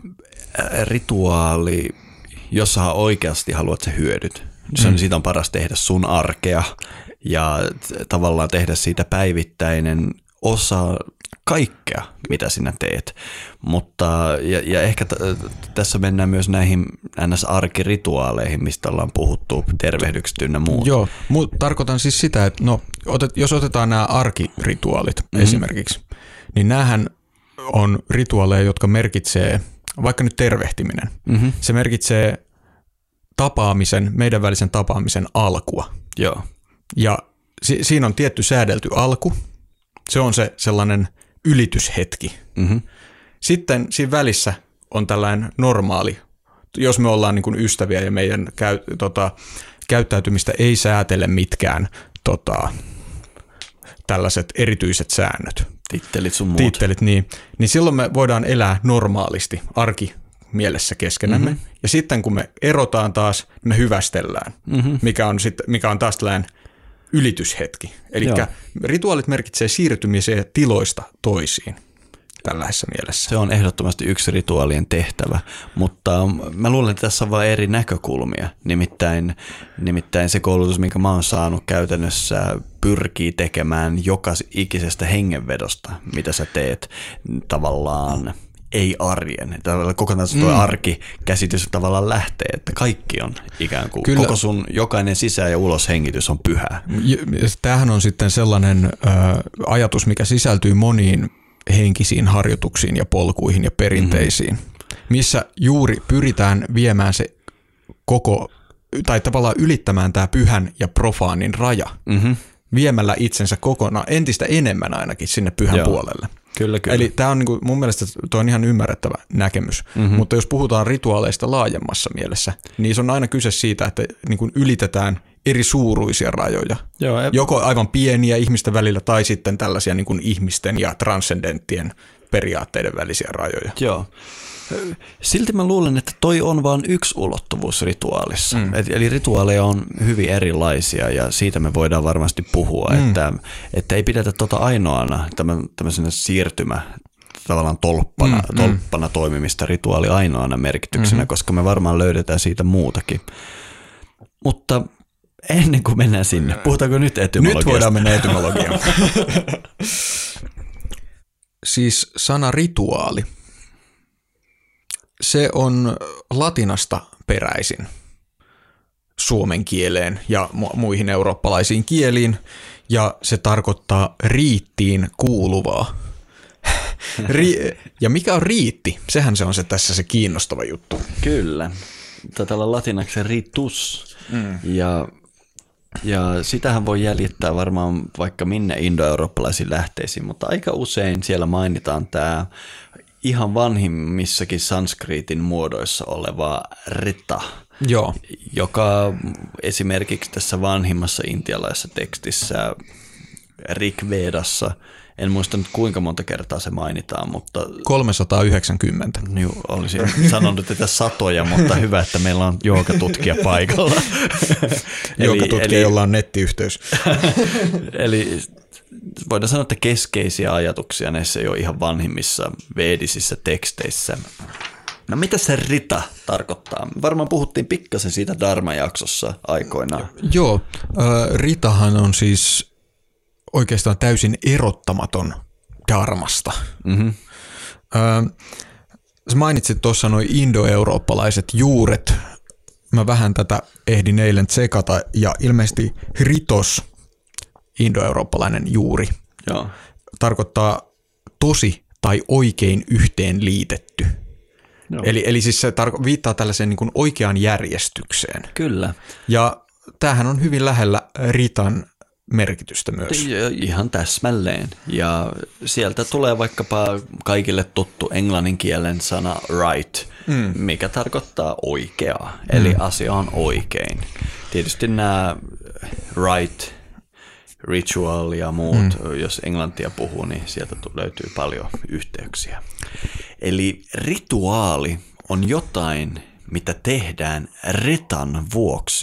rituaali, jos sä oikeasti haluat se hyödyt, niin mm. siitä on paras tehdä sun arkea ja tavallaan tehdä siitä päivittäinen osa kaikkea, mitä sinä teet. Mutta, ja, ja ehkä t- tässä mennään myös näihin N S-arkirituaaleihin, mistä ollaan puhuttu, tervehdykset ynnä muuta. Joo, mutta tarkoitan siis sitä, että no, otet, jos otetaan nämä arkirituaalit mm-hmm. esimerkiksi, niin näähän on rituaaleja, jotka merkitsee, vaikka nyt tervehtiminen, mm-hmm. se merkitsee tapaamisen, meidän välisen tapaamisen alkua. Joo. Ja si- siinä on tietty säädelty alku. Se on se sellainen ylityshetki. Mm-hmm. Sitten siinä välissä on tällainen normaali, jos me ollaan niin kuin ystäviä ja meidän käy, tota, käyttäytymistä ei säätele mitkään tota, tällaiset erityiset säännöt. Tittelit sun muut. Tittelit, niin. Niin silloin me voidaan elää normaalisti, arki mielessä keskenämme. Mm-hmm. Ja sitten kun me erotaan taas, me hyvästellään, mm-hmm. mikä, on sit, mikä on taas tällainen ylityshetki. Eli rituaalit merkitsee siirtymisiä tiloista toisiin tällaisessa mielessä. Se on ehdottomasti yksi rituaalien tehtävä, mutta mä luulen, että tässä on vain eri näkökulmia. Nimittäin, nimittäin se koulutus, minkä mä oon saanut käytännössä, pyrkii tekemään joka ikisestä hengenvedosta, mitä sä teet tavallaan ei arjen. Kokonaan tuo mm. arkikäsitys tavallaan lähtee, että kaikki on ikään kuin, Kyllä. koko sun jokainen sisä- ja uloshengitys on pyhää. Tämähän on sitten sellainen ö, ajatus, mikä sisältyy moniin henkisiin harjoituksiin ja polkuihin ja perinteisiin, mm-hmm. missä juuri pyritään viemään se koko, tai tavallaan ylittämään tämä pyhän ja profaanin raja, mm-hmm. viemällä itsensä kokonaan, entistä enemmän ainakin sinne pyhän Joo. puolelle. Kyllä, kyllä. Eli tämä on niin kuin, mun mielestä toi on ihan ymmärrettävä näkemys, mm-hmm. mutta jos puhutaan rituaaleista laajemmassa mielessä, niin se on aina kyse siitä, että niin kuin ylitetään eri suuruisia rajoja. Joo, e- Joko aivan pieniä ihmisten välillä tai sitten tällaisia niin kuin ihmisten ja transcendenttien periaatteiden välisiä rajoja. Joo. Silti mä luulen, että toi on vain yksi ulottuvuus rituaalissa. Mm. Eli rituaaleja on hyvin erilaisia ja siitä me voidaan varmasti puhua, mm. että, että ei pidetä tota ainoana tämmöisenä siirtymä tavallaan tolppana, mm, tolppana mm. toimimista rituaali ainoana merkityksenä, mm-hmm. koska me varmaan löydetään siitä muutakin. Mutta ennen kuin mennään sinne, puhutaanko nyt etymologiasta? Nyt voidaan mennä etymologiaan. Siis sana rituaali. Se on latinasta peräisin suomen kieleen ja muihin eurooppalaisiin kieliin, ja se tarkoittaa riittiin kuuluvaa. Ri- ja mikä on riitti? Sehän se on se tässä se kiinnostava juttu. Kyllä. Tällä latinaksi ritus. Mm. Ja, ja sitähän voi jäljittää varmaan vaikka minne indoeurooppalaisiin lähteisiin, mutta aika usein siellä mainitaan tämä ihan vanhimmissakin sanskriitin muodoissa oleva rita, Joo. joka esimerkiksi tässä vanhimmassa intialaisessa tekstissä Rigvedassa, en muista nyt kuinka monta kertaa se mainitaan, mutta kolmesataayhdeksänkymmentä. Joo, olisin sanonut tätä satoja, mutta hyvä, että meillä on joogatutkija paikalla. Joogatutkija, jolla on nettiyhteys. Eli voidaan sanoa, että keskeisiä ajatuksia näissä jo ihan vanhimmissa veedisissä teksteissä. No mitä se rita tarkoittaa? Varmaan puhuttiin pikkasen siitä Dharma-jaksossa aikoinaan. Joo, äh, ritahan on siis oikeastaan täysin erottamaton dharmasta. Mm-hmm. Äh, sä mainitsit tuossa nuo indoeurooppalaiset juuret. Mä vähän tätä ehdin eilen tsekata, ja ilmeisesti ritos, indoeurooppalainen juuri, Joo. tarkoittaa tosi tai oikein yhteen liitetty. Joo. Eli, eli siis se tarko- viittaa tällaiseen niin kuin oikeaan järjestykseen. Kyllä. Ja tämähän on hyvin lähellä ritan merkitystä myös. Ihan täsmälleen. Ja sieltä tulee vaikkapa kaikille tuttu englannin kielen sana right, mm. mikä tarkoittaa oikeaa. Eli mm. asia on oikein. Tietysti nämä right, ritual ja muut, mm. jos englantia puhuu, niin sieltä löytyy paljon yhteyksiä. Eli rituaali on jotain, mitä tehdään ritan vuoksi.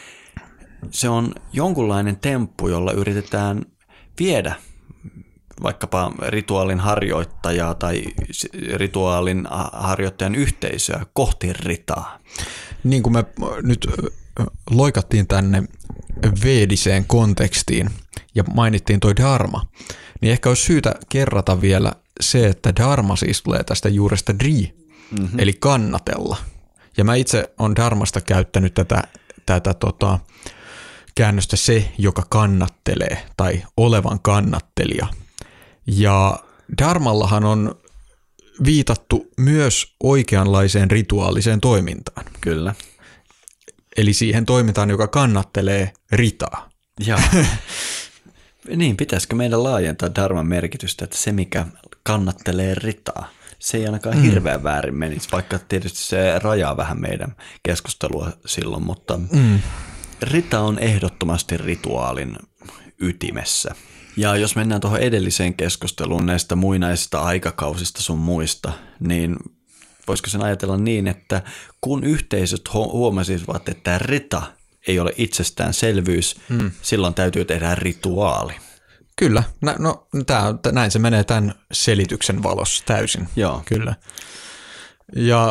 Se on jonkunlainen temppu, jolla yritetään viedä vaikkapa rituaalin harjoittajaa tai rituaalin harjoittajan yhteisöä kohti ritaa. Niin kuin me nyt loikattiin tänne veediseen kontekstiin ja mainittiin toi dharma, niin ehkä olisi syytä kerrata vielä se, että dharma siis tulee tästä juuresta dri, mm-hmm. eli kannatella. Ja mä itse olen dharmasta käyttänyt tätä, tätä tota, käännöstä se, joka kannattelee tai olevan kannattelija. Ja dharmallahan on viitattu myös oikeanlaiseen rituaaliseen toimintaan. Kyllä. Eli siihen toimintaan, joka kannattelee ritaa. Joo. Niin, pitäisikö meidän laajentaa dharman merkitystä, että se, mikä kannattelee ritaa, se ei ainakaan mm. hirveän väärin menisi, vaikka tietysti se rajaa vähän meidän keskustelua silloin, mutta mm. rita on ehdottomasti rituaalin ytimessä. Ja jos mennään tuohon edelliseen keskusteluun näistä muinaisista aikakausista sun muista, niin voisiko sen ajatella niin, että kun yhteisöt huomasivat, että rita ei ole itsestäänselvyys, hmm. silloin täytyy tehdä rituaali. Kyllä, no tää, näin se menee tämän selityksen valossa täysin. Joo. Kyllä. Ja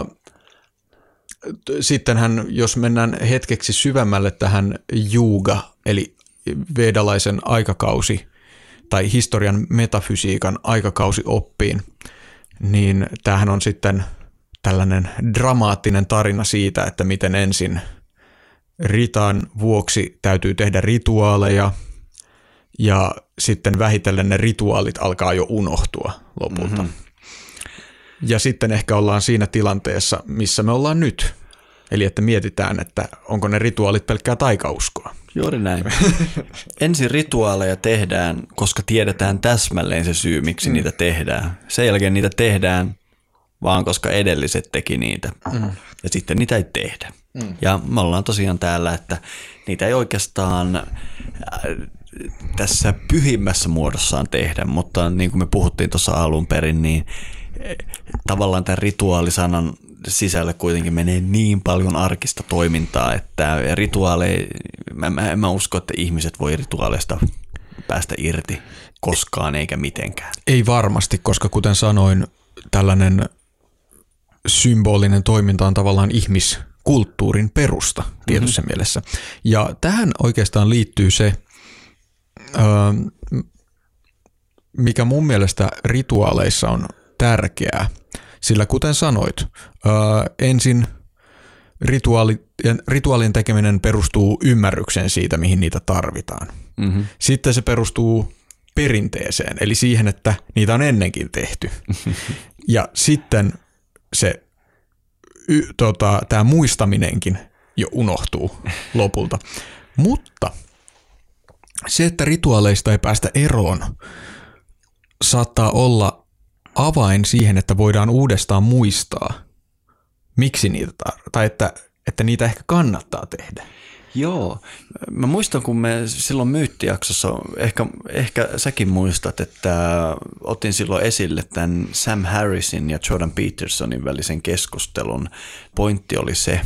t- sittenhän, jos mennään hetkeksi syvemmälle tähän yuga, eli vedalaisen aikakausi tai historian metafysiikan aikakausioppiin, niin tämähän on sitten tällainen dramaattinen tarina siitä, että miten ensin ritan vuoksi täytyy tehdä rituaaleja ja sitten vähitellen ne rituaalit alkaa jo unohtua lopulta. Mm-hmm. Ja sitten ehkä ollaan siinä tilanteessa, missä me ollaan nyt. Eli että mietitään, että onko ne rituaalit pelkkää taikauskoa. Juuri näin. Ensin rituaaleja tehdään, koska tiedetään täsmälleen se syy, miksi mm. niitä tehdään. Sen jälkeen niitä tehdään vaan koska edelliset teki niitä. Mm. Ja sitten niitä ei tehdä. Mm. Ja me ollaan tosiaan täällä, että niitä ei oikeastaan tässä pyhimmässä muodossaan tehdä, mutta niin kuin me puhuttiin tuossa alun perin, niin tavallaan tämän rituaalisanan sisällä kuitenkin menee niin paljon arkista toimintaa, että rituaaleja, mä, mä, mä usko, että ihmiset voi rituaaleista päästä irti koskaan eikä mitenkään. Ei varmasti, koska kuten sanoin, tällainen symbolinen toiminta on tavallaan ihmiskulttuurin perusta tietyssä mm-hmm. mielessä. Ja tähän oikeastaan liittyy se, mikä mun mielestä rituaaleissa on tärkeää, sillä kuten sanoit, ensin rituaalien, rituaalien tekeminen perustuu ymmärrykseen siitä, mihin niitä tarvitaan. Mm-hmm. Sitten se perustuu perinteeseen, eli siihen, että niitä on ennenkin tehty. Ja sitten se y, tota, tämä muistaminenkin jo unohtuu lopulta. Mutta se, että rituaaleista ei päästä eroon, saattaa olla avain siihen, että voidaan uudestaan muistaa, miksi niitä tar- tai että, että niitä ehkä kannattaa tehdä. Joo. Mä muistan, kun me silloin myyttijaksossa, ehkä, ehkä säkin muistat, että otin silloin esille tämän Sam Harrisin ja Jordan Petersonin välisen keskustelun. Pointti oli se,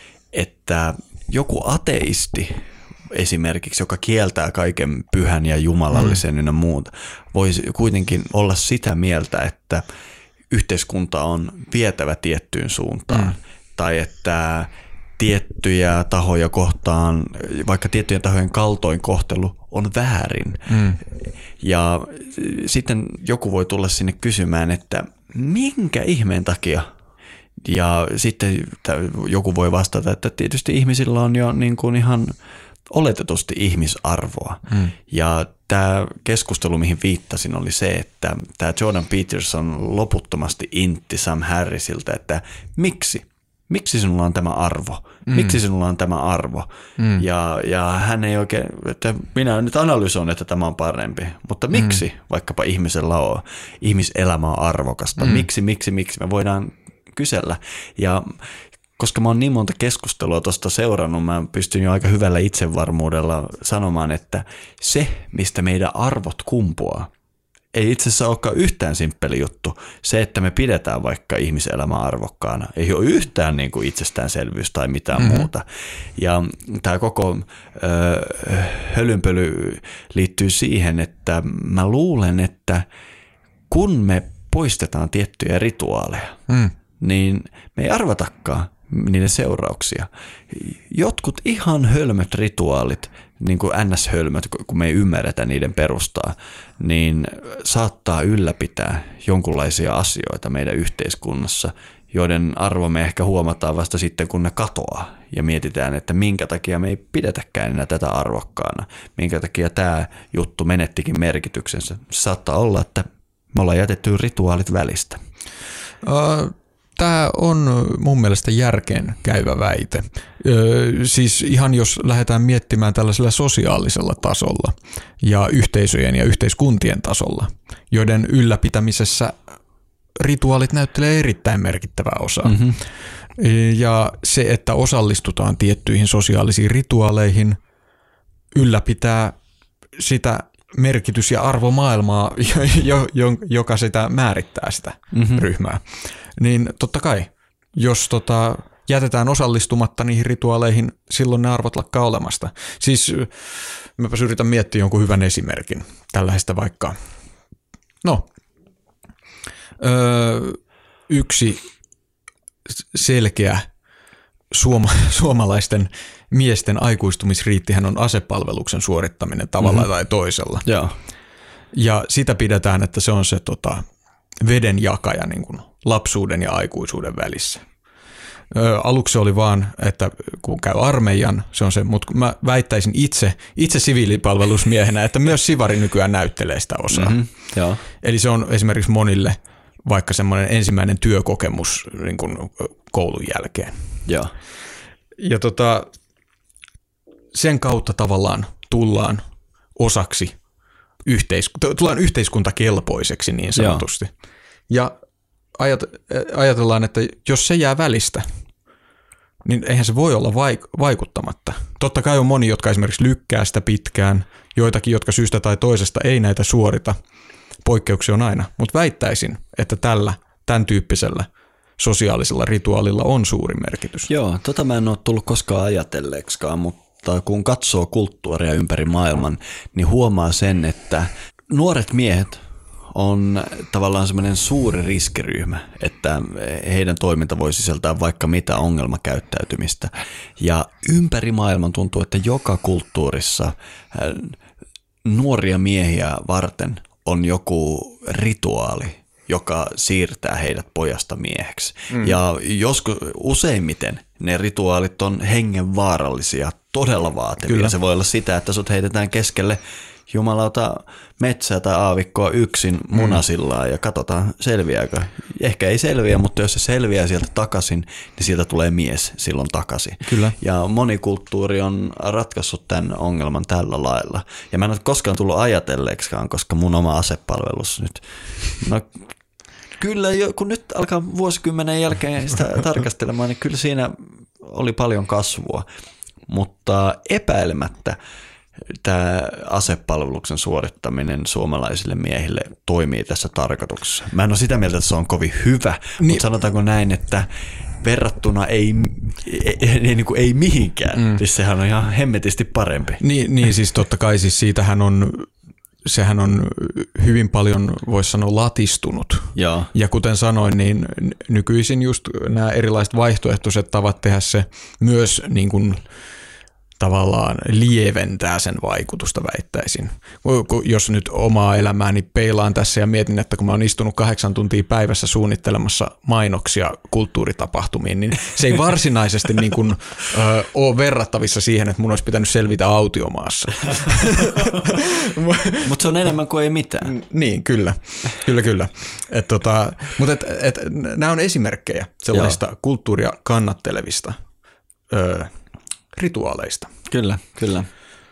että joku ateisti esimerkiksi, joka kieltää kaiken pyhän ja jumalallisen ynnä muuta, voisi kuitenkin olla sitä mieltä, että yhteiskunta on vietävä tiettyyn suuntaan. Mm. Tai että tiettyjä tahoja kohtaan, vaikka tiettyjen tahojen kaltoinkohtelu on väärin. Mm. Ja sitten joku voi tulla sinne kysymään, että minkä ihmeen takia? Ja sitten joku voi vastata, että tietysti ihmisillä on jo niin kuin ihan oletetusti ihmisarvoa. Mm. Ja tämä keskustelu, mihin viittasin, oli se, että tämä Jordan Peterson loputtomasti intti Sam Harrisilta, että miksi? Miksi sinulla on tämä arvo? Mm. Miksi sinulla on tämä arvo? Mm. Ja, ja hän ei oikein, että minä nyt analysoin, että tämä on parempi, mutta miksi mm. vaikkapa ihmisellä on, ihmiselämä on arvokasta? Mm. Miksi, miksi, miksi? Me voidaan kysellä. Ja koska mä oon niin monta keskustelua tuosta seurannut, mä pystyn jo aika hyvällä itsevarmuudella sanomaan, että se, mistä meidän arvot kumpuaa, ei itse asiassa olekaan yhtään simppeli juttu. Se, että me pidetään vaikka ihmiselämää arvokkaana, ei ole yhtään niin kuin itsestäänselvyys tai mitään mm-hmm. muuta. Ja tämä koko ö, hölynpöly liittyy siihen, että mä luulen, että kun me poistetaan tiettyjä rituaaleja, mm. niin me ei arvatakaan niiden seurauksia. Jotkut ihan hölmöt rituaalit, niin kuin ns-hölmöt, kun me ei ymmärretä niiden perustaa, niin saattaa ylläpitää jonkunlaisia asioita meidän yhteiskunnassa, joiden arvo me ehkä huomataan vasta sitten, kun ne katoaa ja mietitään, että minkä takia me ei pidetäkään enää tätä arvokkaana, minkä takia tämä juttu menettikin merkityksensä. Saattaa olla, että me ollaan jätetty rituaalit välistä. Uh. Tämä on mun mielestä järkeen käyvä väite. Öö, siis ihan jos lähdetään miettimään tällaisella sosiaalisella tasolla ja yhteisöjen ja yhteiskuntien tasolla, joiden ylläpitämisessä rituaalit näyttelee erittäin merkittävää osaa. Mm-hmm. Ja se, että osallistutaan tiettyihin sosiaalisiin rituaaleihin, ylläpitää sitä merkitys- ja arvomaailmaa, joka sitä määrittää sitä mm-hmm. ryhmää. Niin totta kai, jos tota, jätetään osallistumatta niihin rituaaleihin, silloin ne arvot lakkaa olemasta. Siis mäpäs yritän miettiä jonkun hyvän esimerkin tällaista vaikka. No, öö, yksi selkeä suoma, suomalaisten miesten aikuistumisriittihän on asepalveluksen suorittaminen tavalla mm-hmm. tai toisella. Joo. Ja sitä pidetään, että se on se tota, veden jakaja niin kuin lapsuuden ja aikuisuuden välissä. Ö, aluksi oli vaan, että kun käy armeijan, se on se, mutta mä väittäisin itse, itse siviilipalvelusmiehenä, että myös sivari nykyään näyttelee sitä osaa. Mm-hmm, joo. Eli se on esimerkiksi monille vaikka semmoinen ensimmäinen työkokemus niin kuin koulun jälkeen. Joo. ja tota, sen kautta tavallaan tullaan osaksi, yhteisku- tullaan yhteiskuntakelpoiseksi niin sanotusti. Joo. Ja ajat- ajatellaan, että jos se jää välistä, niin eihän se voi olla vaik- vaikuttamatta. Totta kai on moni, jotka esimerkiksi lykkää sitä pitkään, joitakin, jotka syystä tai toisesta ei näitä suorita. Poikkeuksia on aina, mutta väittäisin, että tällä, tämän tyyppisellä sosiaalisella rituaalilla on suuri merkitys. Joo, tota mä en ole tullut koskaan ajatelleeksikaan, mutta kun katsoo kulttuuria ympäri maailman, niin huomaa sen, että nuoret miehet on tavallaan semmoinen suuri riskiryhmä, että heidän toiminta voi sisältää vaikka mitä ongelmakäyttäytymistä. Ja ympäri maailman tuntuu, että joka kulttuurissa nuoria miehiä varten on joku rituaali, joka siirtää heidät pojasta mieheksi. Mm. Ja joskus useimmiten ne rituaalit on hengenvaarallisia, todella vaativia. Kyllä. Se voi olla sitä, että sut heitetään keskelle jumalauta metsää tai aavikkoa yksin munasillaan ja katsotaan selviääkö. Ehkä ei selviä, mutta jos se selviää sieltä takaisin, niin sieltä tulee mies silloin takaisin. Kyllä. Ja monikulttuuri on ratkaissut tämän ongelman tällä lailla. Ja mä en ole koskaan tullut ajatelleeksikaan, koska mun oma asepalvelus nyt, no kyllä kun nyt alkaa vuosikymmenen jälkeen sitä tarkastelemaan, niin kyllä siinä oli paljon kasvua, mutta epäilemättä tämä asepalveluksen suorittaminen suomalaisille miehille toimii tässä tarkoituksessa. Mä en ole sitä mieltä, että se on kovin hyvä, niin, mutta sanotaanko näin, että verrattuna ei, ei, ei, niin kuin ei mihinkään. Mm. Siis sehän on ihan hemmetisti parempi. Niin, niin siis totta kai siis siitähän on, sehän on hyvin paljon, voisi sanoa, latistunut. Joo. Ja kuten sanoin, niin nykyisin just nämä erilaiset vaihtoehtoiset tavat tehdä se myös niin kuin tavallaan lieventää sen vaikutusta, väittäisin. Jos nyt omaa elämääni peilaan tässä ja mietin, että kun mä oon istunut kahdeksan tuntia päivässä suunnittelemassa mainoksia kulttuuritapahtumiin, niin se ei varsinaisesti niin kuin, ö, ole verrattavissa siihen, että mun olisi pitänyt selvitä autiomaassa. Mutta se on enemmän kuin ei mitään. Niin, kyllä. Kyllä, kyllä. Et, tota, mutta et, et, nämä on esimerkkejä sellaista Joo. kulttuuria kannattelevista ö, rituaaleista. Kyllä, kyllä.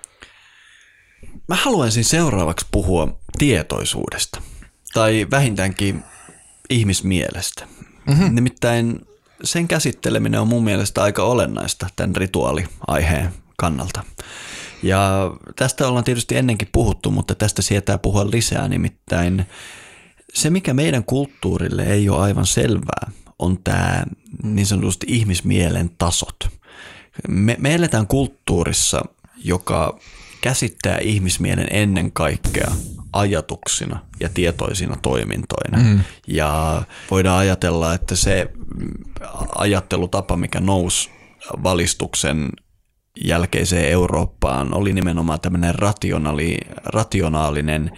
Mä haluaisin seuraavaksi puhua tietoisuudesta tai vähintäänkin ihmismielestä. Mm-hmm. Nimittäin sen käsitteleminen on mun mielestä aika olennaista tämän rituaaliaiheen kannalta. Ja tästä ollaan tietysti ennenkin puhuttu, mutta tästä sietää puhua lisää. Nimittäin se, mikä meidän kulttuurille ei ole aivan selvää, on tämä niin sanotusti ihmismielen tasot. Me, me eletään kulttuurissa, joka käsittää ihmismielen ennen kaikkea ajatuksina ja tietoisina toimintoina. Mm. Ja voidaan ajatella, että se ajattelutapa, mikä nousi valistuksen jälkeiseen Eurooppaan, oli nimenomaan tämmöinen rationaali, rationaalinen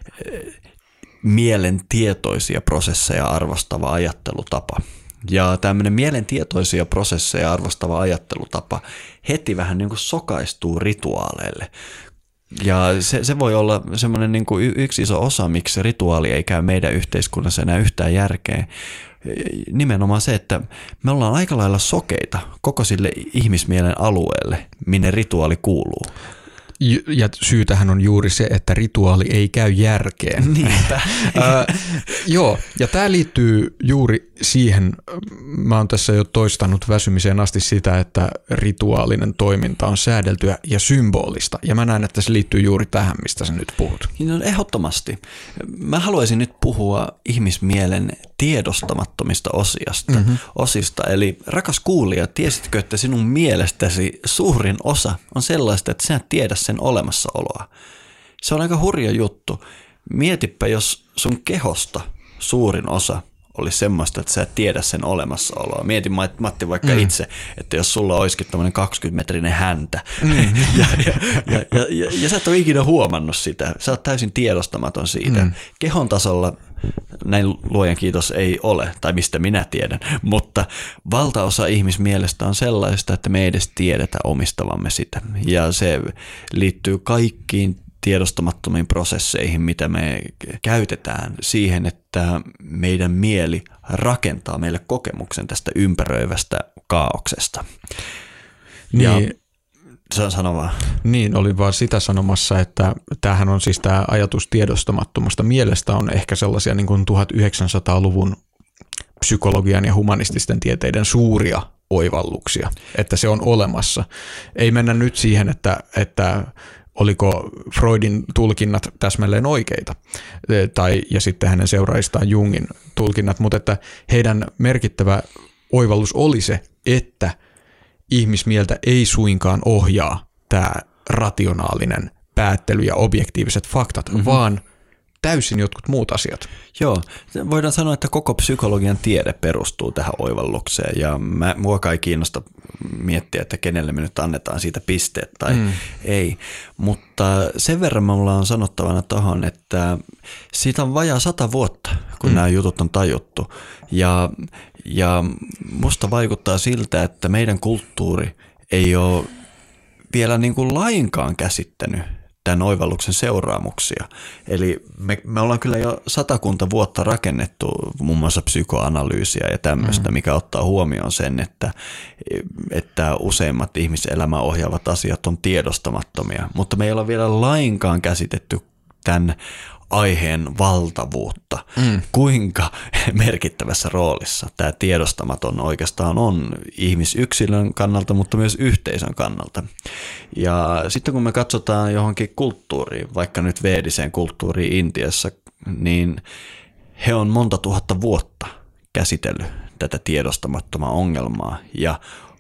mielen tietoisia prosesseja arvostava ajattelutapa. Ja tämmöinen mielentietoisia prosesseja arvostava ajattelutapa heti vähän niin kuin sokaistuu rituaaleille. Ja se, se voi olla semmoinen niin kuin yksi iso osa, miksi rituaali ei käy meidän yhteiskunnassa enää yhtään järkeä. Nimenomaan se, että me ollaan aika lailla sokeita koko sille ihmismielen alueelle, minne rituaali kuuluu. Ja syytähän on juuri se, että rituaali ei käy järkeen. Niinpä. äh, joo, ja tämä liittyy juuri siihen, mä oon tässä jo toistanut väsymiseen asti sitä, että rituaalinen toiminta on säädeltyä ja symbolista. Ja mä näen, että se liittyy juuri tähän, mistä sä nyt puhut. No, ehdottomasti. Mä haluaisin nyt puhua ihmismielen tiedostamattomista osiasta, mm-hmm. osista. Eli rakas kuulija, tiesitkö, että sinun mielestäsi suurin osa on sellaista, että sinä tiedät sen olemassaoloa. Se on aika hurja juttu. Mietipä, jos sun kehosta suurin osa olisi semmoista, että sä et tiedä sen olemassaoloa. Mieti Matti vaikka mm. itse, että jos sulla olisikin tämmöinen kaksikymmentä-metrinen häntä mm. ja, ja, ja, ja, ja, ja sä et ole ikinä huomannut sitä. Sä oot täysin tiedostamaton siitä. Mm. Kehon tasolla näin luojan kiitos ei ole, tai mistä minä tiedän, mutta valtaosa ihmismielestä on sellaista, että me ei edes tiedetä omistavamme sitä. Ja se liittyy kaikkiin tiedostamattomiin prosesseihin, mitä me käytetään siihen, että meidän mieli rakentaa meille kokemuksen tästä ympäröivästä kaauksesta. Niin, se on sano vaan. Niin, olin vaan sitä sanomassa, että tämähän on siis tämä ajatus tiedostamattomasta mielestä on ehkä sellaisia niin kuin tuhatyhdeksänsataaluvun psykologian ja humanististen tieteiden suuria oivalluksia, että se on olemassa. Ei mennä nyt siihen, että, että oliko Freudin tulkinnat täsmälleen oikeita, tai, ja sitten hänen seuraajistaan Jungin tulkinnat, mutta että heidän merkittävä oivallus oli se, että ihmismieltä ei suinkaan ohjaa tämä rationaalinen päättely ja objektiiviset faktat, mm-hmm. vaan täysin jotkut muut asiat. Joo, voidaan sanoa, että koko psykologian tiede perustuu tähän oivallukseen ja mä, mua ei kiinnosta miettiä, että kenelle me nyt annetaan siitä pisteet tai mm. ei, mutta sen verran mulla on sanottavana tuohon, että siitä on vajaa sata vuotta, kun mm. nämä jutut on tajuttu ja, ja musta vaikuttaa siltä, että meidän kulttuuri ei ole vielä niin kuin lainkaan käsittänyt tämän oivalluksen seuraamuksia. Eli me, me ollaan kyllä jo satakunta vuotta rakennettu muun muassa psykoanalyysiä ja tämmöistä, mm. mikä ottaa huomioon sen, että, että useimmat ihmiselämää ohjaavat asiat on tiedostamattomia, mutta me ei olla vielä lainkaan käsitetty tämän aiheen valtavuutta, mm. kuinka merkittävässä roolissa tämä tiedostamaton oikeastaan on ihmisyksilön kannalta, mutta myös yhteisön kannalta. Ja sitten kun me katsotaan johonkin kulttuuriin, vaikka nyt veediseen kulttuuriin Intiassa, niin he on monta tuhatta vuotta käsitellyt tätä tiedostamattomaa ongelmaa ja,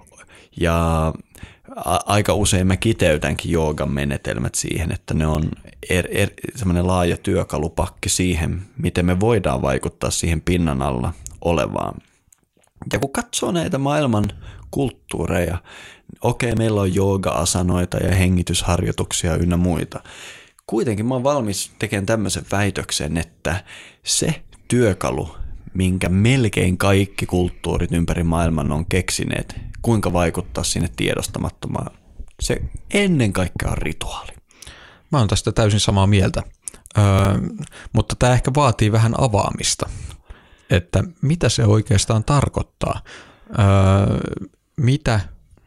ja aika usein mä kiteytänkin joogan menetelmät siihen, että ne on er, er, semmoinen laaja työkalupakki siihen, miten me voidaan vaikuttaa siihen pinnan alla olevaan. Ja kun katsoo näitä maailman kulttuureja, okei, meillä on jooga-asanoita ja hengitysharjoituksia ynnä muita. Kuitenkin mä oon valmis tekemään tämmöisen väitöksen, että se työkalu, minkä melkein kaikki kulttuurit ympäri maailman on keksineet, kuinka vaikuttaa sinne tiedostamattomaan, se ennen kaikkea on rituaali. Mä oon tästä täysin samaa mieltä, öö, mutta tämä ehkä vaatii vähän avaamista, että mitä se oikeastaan tarkoittaa, öö, mitä,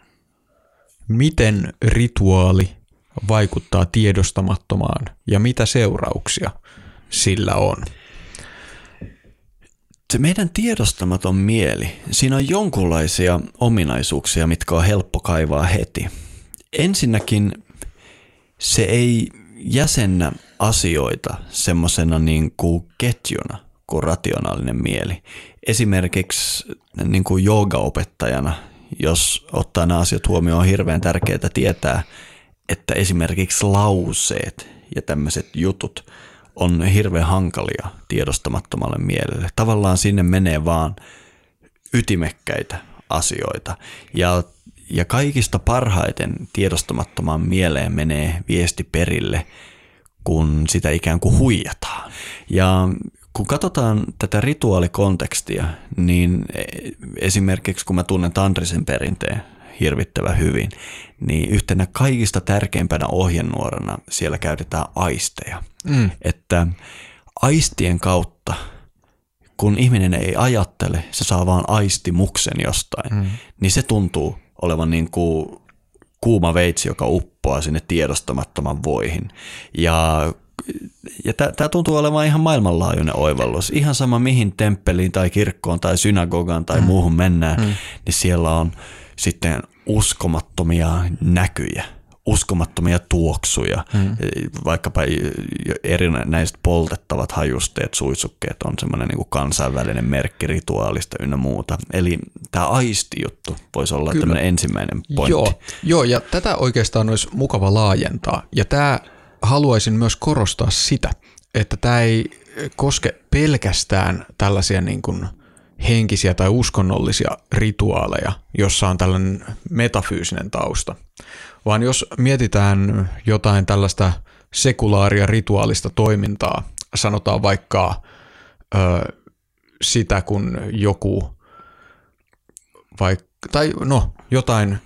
miten rituaali vaikuttaa tiedostamattomaan ja mitä seurauksia sillä on. Se meidän tiedostamaton mieli, siinä on jonkunlaisia ominaisuuksia, mitkä on helppo kaivaa heti. Ensinnäkin se ei jäsennä asioita semmoisena niin kuin ketjuna kuin rationaalinen mieli. Esimerkiksi niin kuin joogaopettajana, jos ottaa nämä asiat huomioon, on hirveän tärkeää tietää, että esimerkiksi lauseet ja tämmöiset jutut on hirveän hankalia tiedostamattomalle mielelle. Tavallaan sinne menee vaan ytimekkäitä asioita. Ja, ja kaikista parhaiten tiedostamattomaan mieleen menee viesti perille, kun sitä ikään kuin huijataan. Ja kun katsotaan tätä rituaalikontekstia, niin esimerkiksi kun mä tunnen tantrisen perinteen hirvittävän hyvin, niin yhtenä kaikista tärkeimpänä ohjenuorana siellä käytetään aisteja. Mm. Että aistien kautta, kun ihminen ei ajattele, se saa vaan aistimuksen jostain, mm. niin se tuntuu olevan niin kuin kuuma veitsi, joka uppoaa sinne tiedostamattoman voihin. Ja Ja tämä tuntuu olevan ihan maailmanlaajuinen oivallus. Ihan sama mihin temppeliin tai kirkkoon tai synagogaan tai mm. muuhun mennään, mm. niin siellä on sitten uskomattomia näkyjä, uskomattomia tuoksuja, mm. vaikkapa erinäiset poltettavat hajusteet, suitsukkeet on semmoinen niin kuin kansainvälinen merkki rituaalista ynnä muuta. Eli tämä aistijuttu voisi olla Kyllä. tämmöinen ensimmäinen pointti. Joo, joo, ja tätä oikeastaan olisi mukava laajentaa. Ja tämä haluaisin myös korostaa sitä, että tämä ei koske pelkästään tällaisia niin kuin henkisiä tai uskonnollisia rituaaleja, jossa on tällainen metafyysinen tausta, vaan jos mietitään jotain tällaista sekulaaria rituaalista toimintaa, sanotaan vaikka ö, sitä, kun joku, vaik, tai no jotain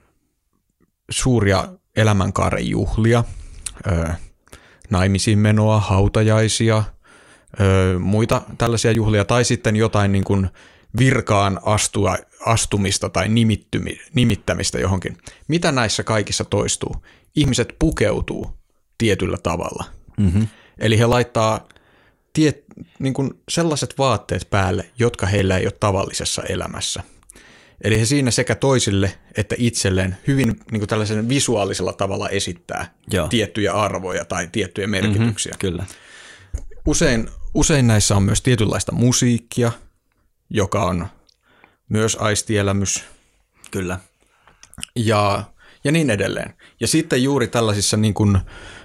suuria elämänkaaren juhlia, ö, naimisiin menoa, hautajaisia, Öö, muita tällaisia juhlia, tai sitten jotain niin kuin virkaan astua, astumista tai nimittämistä johonkin. Mitä näissä kaikissa toistuu? Ihmiset pukeutuu tietyllä tavalla. Mm-hmm. Eli he laittaa tiet, niin kuin sellaiset vaatteet päälle, jotka heillä ei ole tavallisessa elämässä. Eli he siinä sekä toisille että itselleen hyvin niin kuin tällaisen visuaalisella tavalla esittää Joo. tiettyjä arvoja tai tiettyjä merkityksiä. Mm-hmm, kyllä. Usein, usein näissä on myös tietynlaista musiikkia, joka on myös aistielämys. Kyllä. Ja, ja niin edelleen. Ja sitten juuri tällaisissa niin kuin, ö,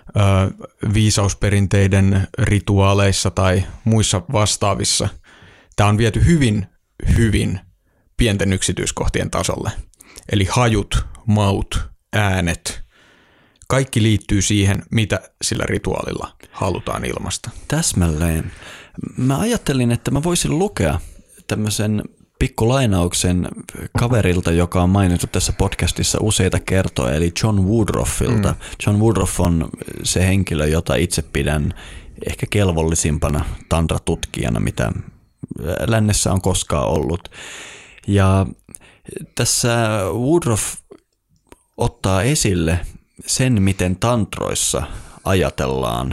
viisausperinteiden rituaaleissa tai muissa vastaavissa tämä on viety hyvin, hyvin pienten yksityiskohtien tasolle. Eli hajut, maut, äänet, kaikki liittyy siihen, mitä sillä rituaalilla halutaan ilmaista. Täsmälleen. Mä ajattelin, että mä voisin lukea tämmöisen pikkulainauksen kaverilta, joka on mainittu tässä podcastissa useita kertoja, eli John Woodruffilta. Mm. John Woodruff on se henkilö, jota itse pidän ehkä kelvollisimpana tantratutkijana, mitä lännessä on koskaan ollut. Ja tässä Woodruff ottaa esille sen, miten tantroissa ajatellaan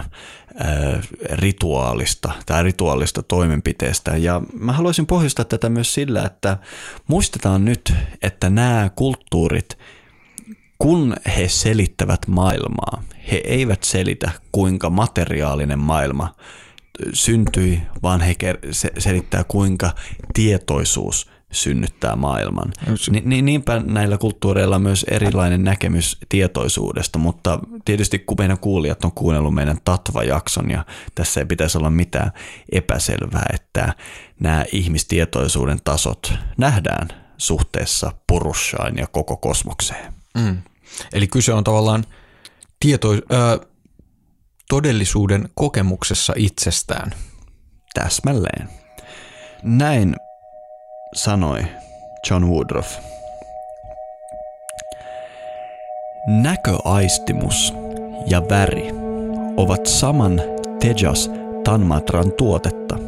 rituaalista tai rituaalista toimenpiteestä. Ja mä haluaisin pohjustaa tätä myös sillä, että muistetaan nyt, että nämä kulttuurit, kun he selittävät maailmaa, he eivät selitä, kuinka materiaalinen maailma syntyi, vaan he selittää, kuinka tietoisuus synnyttää maailman. Ni, niinpä näillä kulttuureilla on myös erilainen näkemys tietoisuudesta, mutta tietysti kun meidän kuulijat on kuunnellut meidän Tatva-jakson ja tässä ei pitäisi olla mitään epäselvää, että nämä ihmistietoisuuden tasot nähdään suhteessa Purushaan ja koko kosmokseen. Mm. Eli kyse on tavallaan tieto, äh, todellisuuden kokemuksessa itsestään. Täsmälleen. Näin sanoi John Woodruff. Näköaistimus ja väri ovat saman Tejas Tanmatran tuotetta.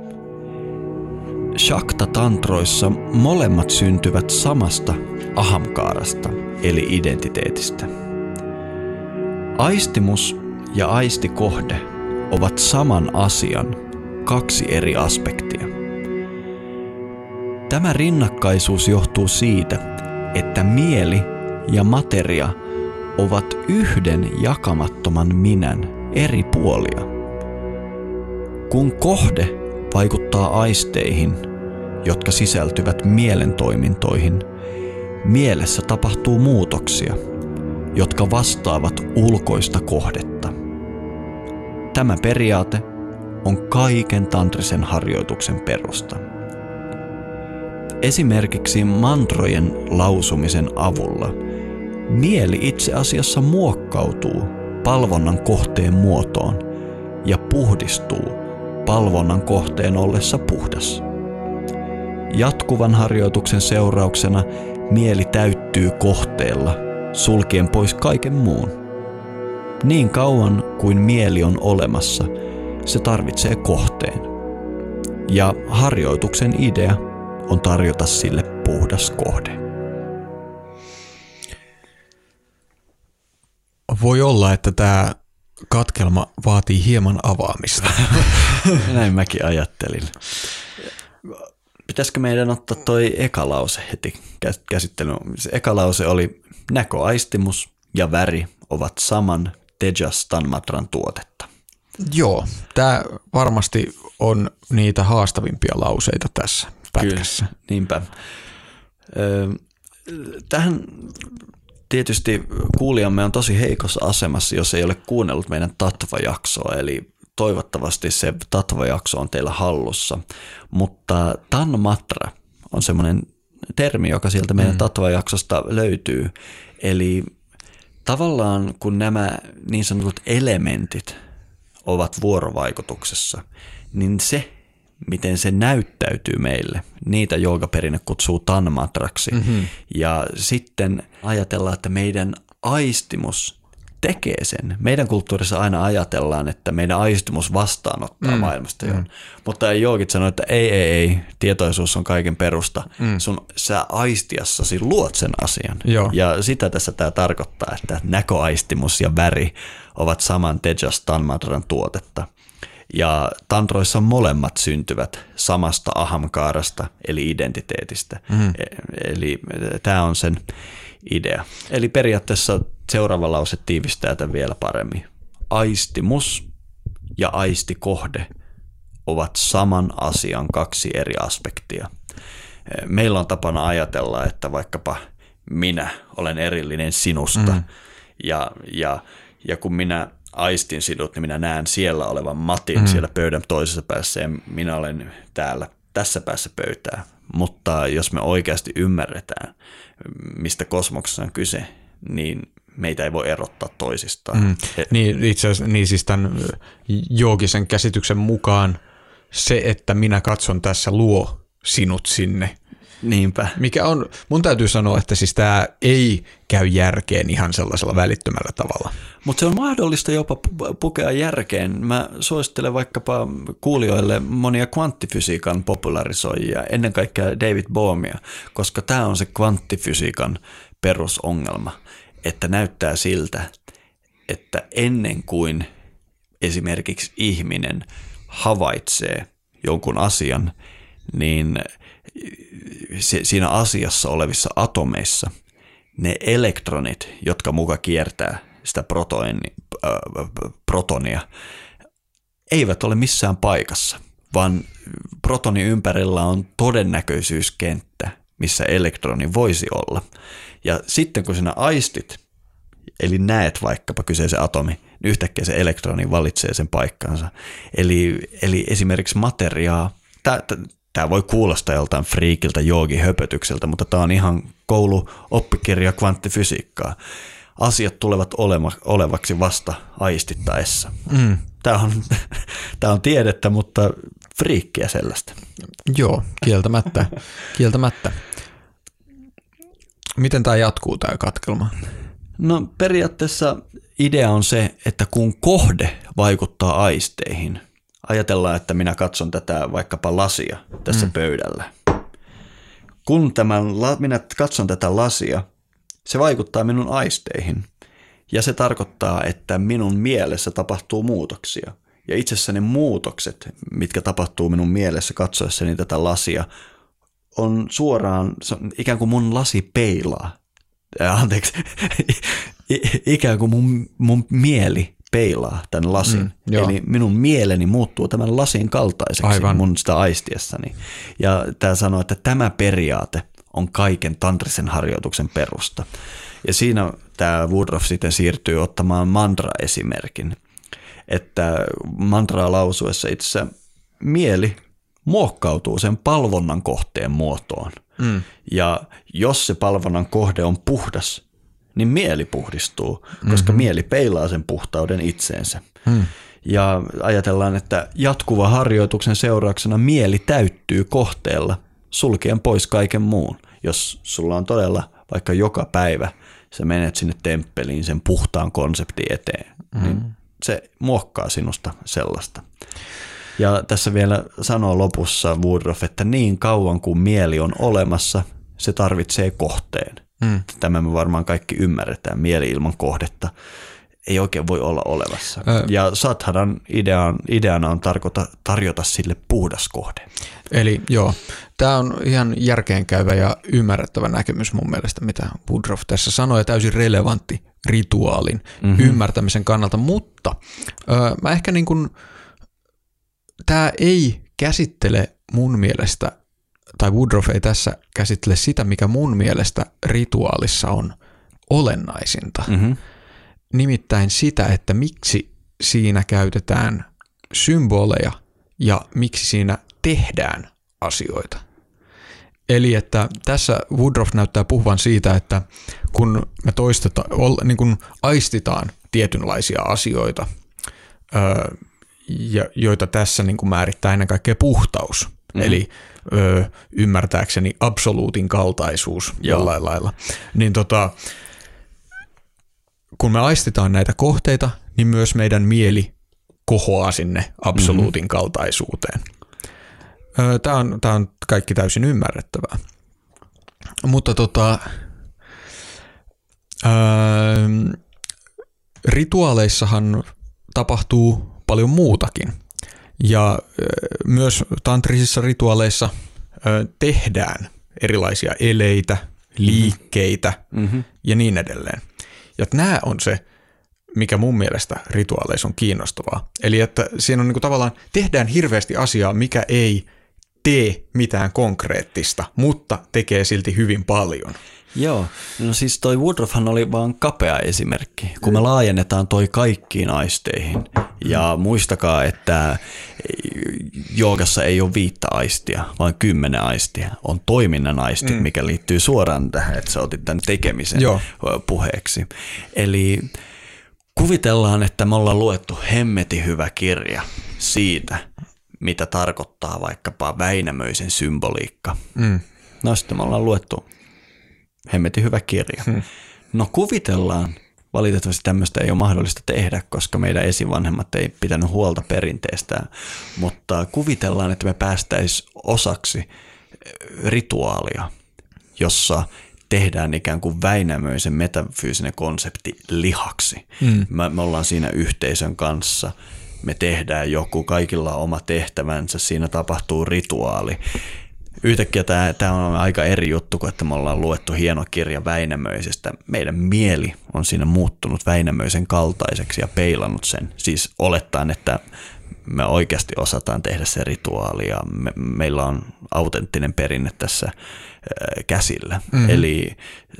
Shakta-tantroissa molemmat syntyvät samasta ahamkaarasta, eli identiteetistä. Aistimus ja aistikohde ovat saman asian kaksi eri aspektia. Tämä rinnakkaisuus johtuu siitä, että mieli ja materia ovat yhden jakamattoman minän eri puolia. Kun kohde vaikuttaa aisteihin, jotka sisältyvät mielen toimintoihin, mielessä tapahtuu muutoksia, jotka vastaavat ulkoista kohdetta. Tämä periaate on kaiken tantrisen harjoituksen perusta. Esimerkiksi mantrojen lausumisen avulla mieli itse asiassa muokkautuu palvonnan kohteen muotoon ja puhdistuu palvonnan kohteen ollessa puhdas. Jatkuvan harjoituksen seurauksena mieli täyttyy kohteella, sulkien pois kaiken muun. Niin kauan kuin mieli on olemassa, se tarvitsee kohteen. Ja harjoituksen idea on tarjota sille puhdas kohde. Voi olla, että tämä katkelma vaatii hieman avaamista. Näin mäkin ajattelin. Pitäisikö meidän ottaa toi eka lause heti käsittelyyn? Se eka lause oli näköaistimus ja väri ovat saman Tejas Tanmatran tuotetta. Joo, tämä varmasti on niitä haastavimpia lauseita tässä pätkässä. Kyllä, niinpä. Tähän tietysti kuulijamme on tosi heikossa asemassa, jos ei ole kuunnellut meidän Tatva-jaksoa, eli toivottavasti se Tatva-jakso on teillä hallussa, mutta Tanmatra on semmoinen termi, joka sieltä meidän mm. Tatva-jaksosta löytyy, eli tavallaan kun nämä niin sanotut elementit ovat vuorovaikutuksessa, niin se, miten se näyttäytyy meille, niitä joogaperinne kutsuu tanmatraksi. Mm-hmm. Ja sitten ajatellaan, että meidän aistimus tekee sen. Meidän kulttuurissa aina ajatellaan, että meidän aistimus vastaanottaa mm. maailmasta. Mm. Mutta joogit sanoo, että ei, ei, ei, tietoisuus on kaiken perusta. Mm. Sun, sä aistiassasi luot sen asian. Joo. Ja sitä tässä tämä tarkoittaa, että näköaistimus ja väri ovat saman Tejas Tanmatran tuotetta. Ja tantroissa molemmat syntyvät samasta ahamkaarasta, eli identiteetistä. Mm. Eli tämä on sen idea. Eli periaatteessa seuraava lause tiivistää tämän vielä paremmin. Aistimus ja aistikohde ovat saman asian kaksi eri aspektia. Meillä on tapana ajatella, että vaikkapa minä olen erillinen sinusta mm. ja, ja, ja kun minä aistin sinut, niin minä näen siellä olevan Matin mm. siellä pöydän toisessa päässä ja minä olen täällä tässä päässä pöytää. Mutta jos me oikeasti ymmärretään, mistä kosmoksessa on kyse, niin meitä ei voi erottaa toisistaan. Mm. Niin, itse asiassa niin siis tämän joogisen käsityksen mukaan se, että minä katson tässä, luo sinut sinne. Niinpä. Mikä on, mun täytyy sanoa, että siis tämä ei käy järkeen ihan sellaisella välittömällä tavalla. Mutta se on mahdollista jopa pukea järkeen. Mä suosittelen vaikkapa kuulijoille monia kvanttifysiikan popularisoijia, ennen kaikkea David Bohmia, koska tämä on se kvanttifysiikan perusongelma, että näyttää siltä, että ennen kuin esimerkiksi ihminen havaitsee jonkun asian, niin siinä asiassa olevissa atomeissa ne elektronit, jotka muka kiertää sitä protoni, äh, protonia, eivät ole missään paikassa, vaan protonin ympärillä on todennäköisyyskenttä, missä elektroni voisi olla. Ja sitten kun sinä aistit, eli näet vaikkapa kyseisen atomi, niin yhtäkkiä se elektroni valitsee sen paikkansa. Eli, eli esimerkiksi materiaa, tämä voi kuulostaa joltain friikiltä joogihöpötykseltä, mutta tämä on ihan kouluoppikirja kvanttifysiikkaa. Asiat tulevat olema, olevaksi vasta aistittaessa. Mm. Tämä, on, tämä on tiedettä, mutta friikkiä sellaista. Joo, kieltämättä. kieltämättä. Miten tämä jatkuu, tämä katkelma? No periaatteessa idea on se, että kun kohde vaikuttaa aisteihin, ajatellaan, että minä katson tätä vaikkapa lasia tässä mm. pöydällä. Kun tämän, minä katson tätä lasia, se vaikuttaa minun aisteihin ja se tarkoittaa, että minun mielessä tapahtuu muutoksia. Ja itse asiassa ne muutokset, mitkä tapahtuu minun mielessä katsoessani tätä lasia, on suoraan, se on ikään kuin mun lasi peilaa. Äh, anteeksi, ikään kuin mun, mun mieli peilaa tämän lasin. Mm, Eli minun mieleni muuttuu tämän lasin kaltaiseksi Aivan. mun sitä aistiessani. Ja tämä sanoo, että tämä periaate on kaiken tantrisen harjoituksen perusta. Ja siinä tämä Woodruff sitten siirtyy ottamaan mantra-esimerkin, että mantraa lausuessa itse mieli muokkautuu sen palvonnan kohteen muotoon. Mm. Ja jos se palvonnan kohde on puhdas, niin mieli puhdistuu, koska mm-hmm. mieli peilaa sen puhtauden itseensä. Mm. Ja ajatellaan, että jatkuva harjoituksen seurauksena mieli täyttyy kohteella, sulkien pois kaiken muun. Jos sulla on todella vaikka joka päivä, sä menet sinne temppeliin sen puhtaan konseptin eteen, mm. niin se muokkaa sinusta sellaista. Ja tässä vielä sanoo lopussa Woodruff, että niin kauan kuin mieli on olemassa, se tarvitsee kohteen. Mm. Tämä me varmaan kaikki ymmärretään. Mieli ilman kohdetta ei oikein voi olla olevassa. Ä... Ja sadhanan idean, ideana on tarkota, tarjota sille puhdas kohde. Eli joo, tämä on ihan järkeenkäyvä ja ymmärrettävä näkemys mun mielestä, mitä Woodruff tässä sanoi, ja täysin relevantti rituaalin mm-hmm. ymmärtämisen kannalta, mutta ö, mä ehkä niin kuin tämä ei käsittele mun mielestä, tai Woodruff ei tässä käsittele sitä, mikä mun mielestä rituaalissa on olennaisinta. Mm-hmm. Nimittäin sitä, että miksi siinä käytetään symboleja ja miksi siinä tehdään asioita. Eli että tässä Woodruff näyttää puhuvan siitä, että kun me toistetaan, niin kun aistitaan tietynlaisia asioita, joita tässä niin kuin määrittää ennen kaikkea puhtaus, mm-hmm. eli ö, ymmärtääkseni absoluutin kaltaisuus Joo. jollain lailla, niin tota, kun me aistitaan näitä kohteita, niin myös meidän mieli kohoaa sinne absoluutin mm-hmm. kaltaisuuteen. Tämä on, tämä on kaikki täysin ymmärrettävää. Mutta tota, ää, rituaaleissahan tapahtuu paljon muutakin. Ja ää, myös tantrisissa rituaaleissa ää, tehdään erilaisia eleitä, liikkeitä mm-hmm. ja niin edelleen. Ja nämä on se, mikä mun mielestä rituaaleissa on kiinnostavaa. Eli että siinä on niin kuin tavallaan, tehdään hirveästi asiaa, mikä ei tee mitään konkreettista, mutta tekee silti hyvin paljon. Joo, no siis toi Woodruffhan oli vaan kapea esimerkki, kun me laajennetaan toi kaikkiin aisteihin. Ja muistakaa, että joogassa ei ole viittä aistia, vaan kymmenen aistia. On toiminnan aistit, mm. mikä liittyy suoraan tähän, että sä otit tämän tekemisen Joo. puheeksi. Eli kuvitellaan, että me ollaan luettu hemmetin hyvä kirja siitä, mitä tarkoittaa vaikkapa Väinämöisen symboliikka. Mm. No sitten me ollaan luettu hemmetin hyvä kirja. Hmm. No kuvitellaan, valitettavasti tämmöistä ei ole mahdollista tehdä, koska meidän esivanhemmat ei pitänyt huolta perinteestä, mutta kuvitellaan, että me päästäisiin osaksi rituaalia, jossa tehdään ikään kuin Väinämöisen metafyysinen konsepti lihaksi. Hmm. Me, me ollaan siinä yhteisön kanssa. Me tehdään joku, kaikilla on oma tehtävänsä, siinä tapahtuu rituaali. Yhtäkkiä tämä, tämä on aika eri juttu, kun että me ollaan luettu hieno kirja Väinämöisestä. Meidän mieli on siinä muuttunut Väinämöisen kaltaiseksi ja peilannut sen. Siis olettaen, että me oikeasti osataan tehdä se rituaali ja me, meillä on autenttinen perinne tässä äh, käsillä. Mm-hmm. Eli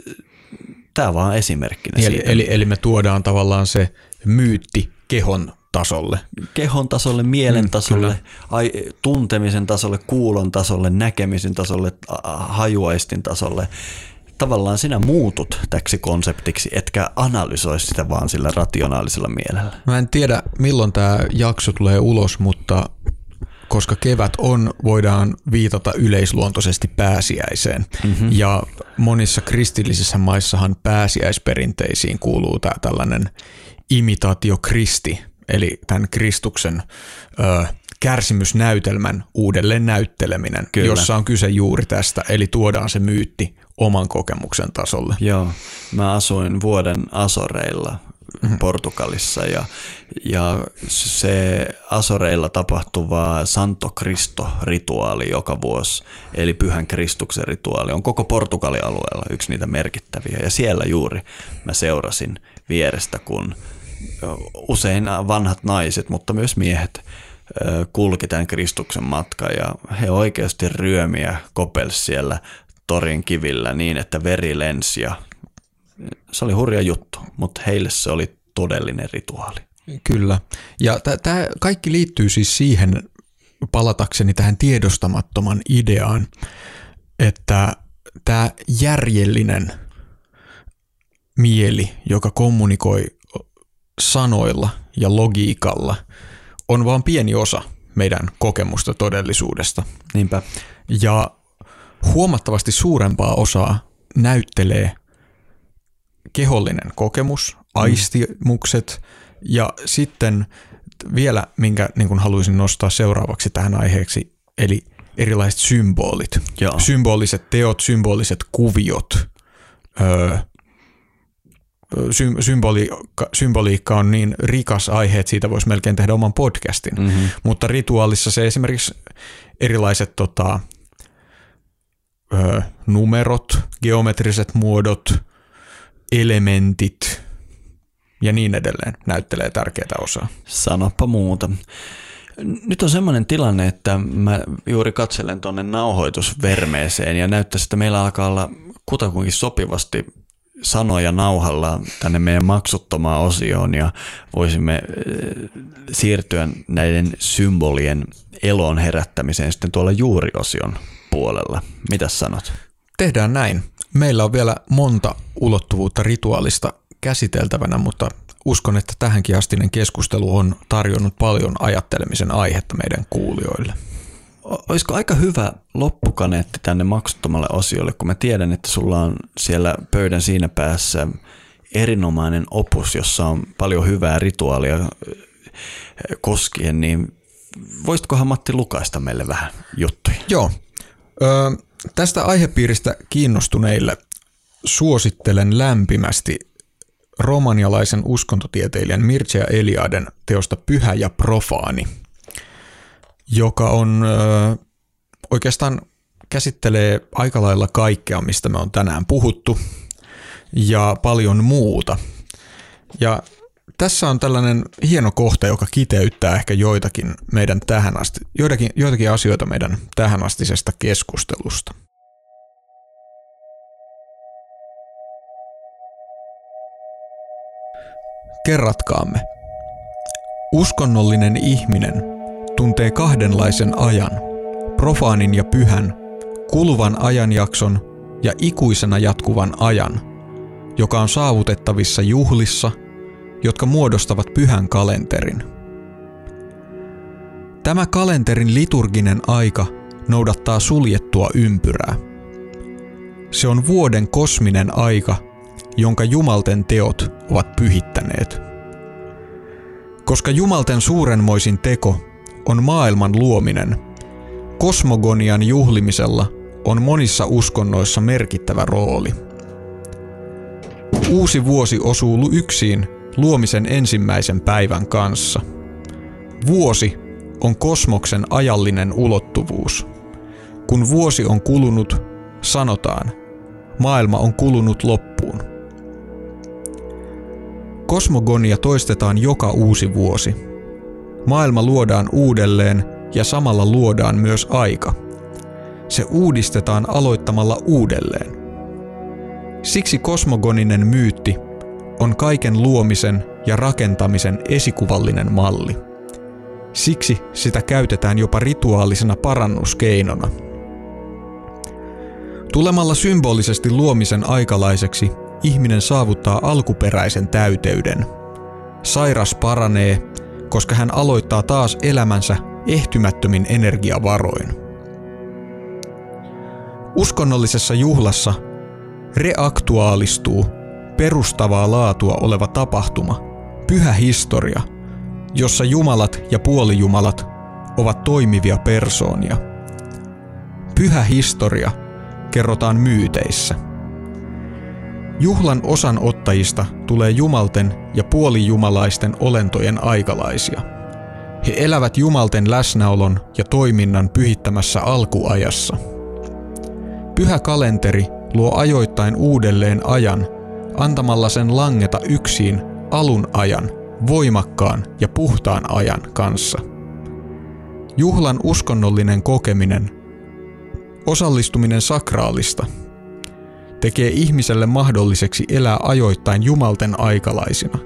tämä on vaan esimerkkinä eli, siitä. Eli, eli me tuodaan tavallaan se myytti kehon tasolle. Kehon tasolle, mielen tasolle, mm, ai, tuntemisen tasolle, kuulon tasolle, näkemisen tasolle, hajuaistin tasolle. Tavallaan sinä muutut täksi konseptiksi, etkä analysoi sitä vaan sillä rationaalisella mielellä. Mä en tiedä, milloin tämä jakso tulee ulos, mutta koska kevät on, voidaan viitata yleisluontoisesti pääsiäiseen. Mm-hmm. Ja monissa kristillisissä maissahan pääsiäisperinteisiin kuuluu tämä tällainen imitatio Kristi, eli tämän Kristuksen ö, kärsimysnäytelmän uudelleen näytteleminen, Kyllä. jossa on kyse juuri tästä, eli tuodaan se myytti oman kokemuksen tasolle. Joo, mä asuin vuoden Azoreilla mm-hmm. Portugalissa ja, ja se Azoreilla tapahtuva Santo Cristo-rituaali joka vuosi, eli Pyhän Kristuksen rituaali, on koko Portugalin alueella yksi niitä merkittäviä ja siellä juuri mä seurasin vierestä, kun usein vanhat naiset, mutta myös miehet kulki tämän Kristuksen matkan ja he oikeasti ryömiä kopelsi siellä torin kivillä niin, että veri lensi ja se oli hurja juttu, mutta heille se oli todellinen rituaali. Kyllä. Ja tämä kaikki liittyy siis siihen, palatakseni tähän tiedostamattoman ideaan, että tämä järjellinen mieli, joka kommunikoi sanoilla ja logiikalla, on vain pieni osa meidän kokemusta todellisuudesta. Niinpä. Ja huomattavasti suurempaa osaa näyttelee kehollinen kokemus, aistimukset ja sitten vielä, minkä niin kuin haluaisin nostaa seuraavaksi tähän aiheeksi, eli erilaiset symbolit. Joo. Symboliset teot, symboliset kuviot. Öö, Symboliikka, symboliikka on niin rikas aihe, että siitä voisi melkein tehdä oman podcastin. Mm-hmm. Mutta rituaalissa se esimerkiksi erilaiset tota, ö, numerot, geometriset muodot, elementit ja niin edelleen näyttelee tärkeää osaa. Sanoppa muuta. Nyt on semmoinen tilanne, että mä juuri katselen tuonne nauhoitusvermeeseen ja näyttäisi, että meillä alkaa olla kutakuinkin sopivasti sanoja nauhalla tänne meidän maksuttomaan osioon ja voisimme siirtyä näiden symbolien elon herättämiseen sitten tuolla juuriosion puolella. Mitäs sanot? Tehdään näin. Meillä on vielä monta ulottuvuutta rituaalista käsiteltävänä, mutta uskon, että tähänkin astinen keskustelu on tarjonnut paljon ajattelemisen aihetta meidän kuulijoille. Olisiko aika hyvä loppukaneetti tänne maksuttomalle osiolle, kun mä tiedän, että sulla on siellä pöydän siinä päässä erinomainen opus, jossa on paljon hyvää rituaalia koskien, niin voisitkohan Matti lukaista meille vähän juttuja? Joo. Ö, tästä aihepiiristä kiinnostuneille suosittelen lämpimästi romanialaisen uskontotieteilijän Mircea Eliaden teosta Pyhä ja profaani, joka on ö, oikeastaan käsittelee aika lailla kaikkea, mistä me on tänään puhuttu, ja paljon muuta. Ja tässä on tällainen hieno kohta, joka kiteyttää ehkä joitakin meidän tähän asti, joitakin, joitakin asioita meidän tähänastisesta keskustelusta. Kerratkaamme. Uskonnollinen ihminen tuntee kahdenlaisen ajan, profaanin ja pyhän, kuluvan ajanjakson ja ikuisena jatkuvan ajan, joka on saavutettavissa juhlissa, jotka muodostavat pyhän kalenterin. Tämä kalenterin liturginen aika noudattaa suljettua ympyrää. Se on vuoden kosminen aika, jonka jumalten teot ovat pyhittäneet. Koska jumalten suurenmoisin teko on maailman luominen, kosmogonian juhlimisella on monissa uskonnoissa merkittävä rooli. Uusi vuosi osuu yksiin luomisen ensimmäisen päivän kanssa. Vuosi on kosmoksen ajallinen ulottuvuus. Kun vuosi on kulunut, sanotaan, maailma on kulunut loppuun. Kosmogonia toistetaan joka uusi vuosi. Maailma luodaan uudelleen ja samalla luodaan myös aika. Se uudistetaan aloittamalla uudelleen. Siksi kosmogoninen myytti on kaiken luomisen ja rakentamisen esikuvallinen malli. Siksi sitä käytetään jopa rituaalisena parannuskeinona. Tulemalla symbolisesti luomisen aikalaiseksi, ihminen saavuttaa alkuperäisen täyteyden. Sairas paranee, koska hän aloittaa taas elämänsä ehtymättömin energiavaroin. Uskonnollisessa juhlassa reaktuaalistuu perustavaa laatua oleva tapahtuma, pyhä historia, jossa jumalat ja puolijumalat ovat toimivia persoonia. Pyhä historia kerrotaan myyteissä. Juhlan osanottajista tulee jumalten ja puolijumalaisten olentojen aikalaisia. He elävät jumalten läsnäolon ja toiminnan pyhittämässä alkuajassa. Pyhä kalenteri luo ajoittain uudelleen ajan, antamalla sen langeta yksin alun ajan, voimakkaan ja puhtaan ajan kanssa. Juhlan uskonnollinen kokeminen, osallistuminen sakraalista, tekee ihmiselle mahdolliseksi elää ajoittain jumalten aikalaisina.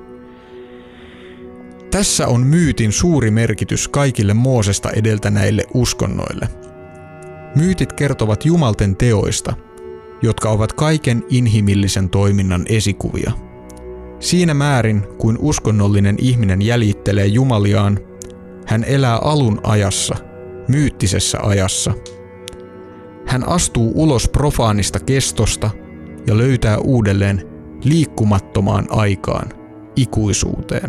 Tässä on myytin suuri merkitys kaikille Moosesta edeltäneille uskonnoille. Myytit kertovat jumalten teoista, jotka ovat kaiken inhimillisen toiminnan esikuvia. Siinä määrin, kuin uskonnollinen ihminen jäljittelee jumaliaan, hän elää alun ajassa, myyttisessä ajassa. Hän astuu ulos profaanista kestosta ja löytää uudelleen liikkumattomaan aikaan, ikuisuuteen.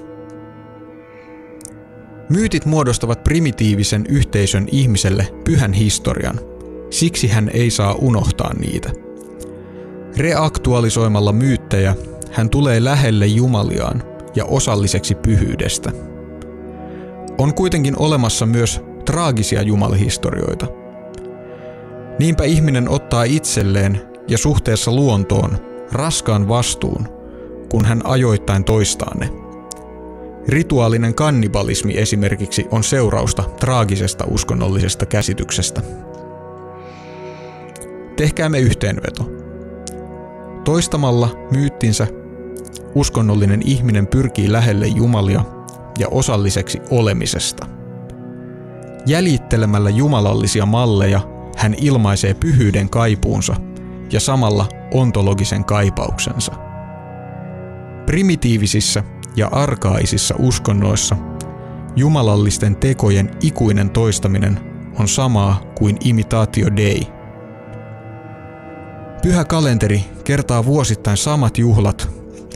Myytit muodostavat primitiivisen yhteisön ihmiselle pyhän historian, siksi hän ei saa unohtaa niitä. Reaktualisoimalla myyttejä hän tulee lähelle jumaliaan ja osalliseksi pyhyydestä. On kuitenkin olemassa myös traagisia jumalhistorioita. Niinpä ihminen ottaa itselleen ja suhteessa luontoon raskaan vastuun, kun hän ajoittain toistaa ne. Rituaalinen kannibalismi esimerkiksi on seurausta traagisesta uskonnollisesta käsityksestä. Tehkäämme yhteenveto. Toistamalla myyttinsä uskonnollinen ihminen pyrkii lähelle Jumalia ja osalliseksi olemisesta. Jäljittelemällä jumalallisia malleja hän ilmaisee pyhyyden kaipuunsa ja samalla ontologisen kaipauksensa. Primitiivisissä ja arkaisissa uskonnoissa jumalallisten tekojen ikuinen toistaminen on samaa kuin imitatio Dei. Pyhä kalenteri kertaa vuosittain samat juhlat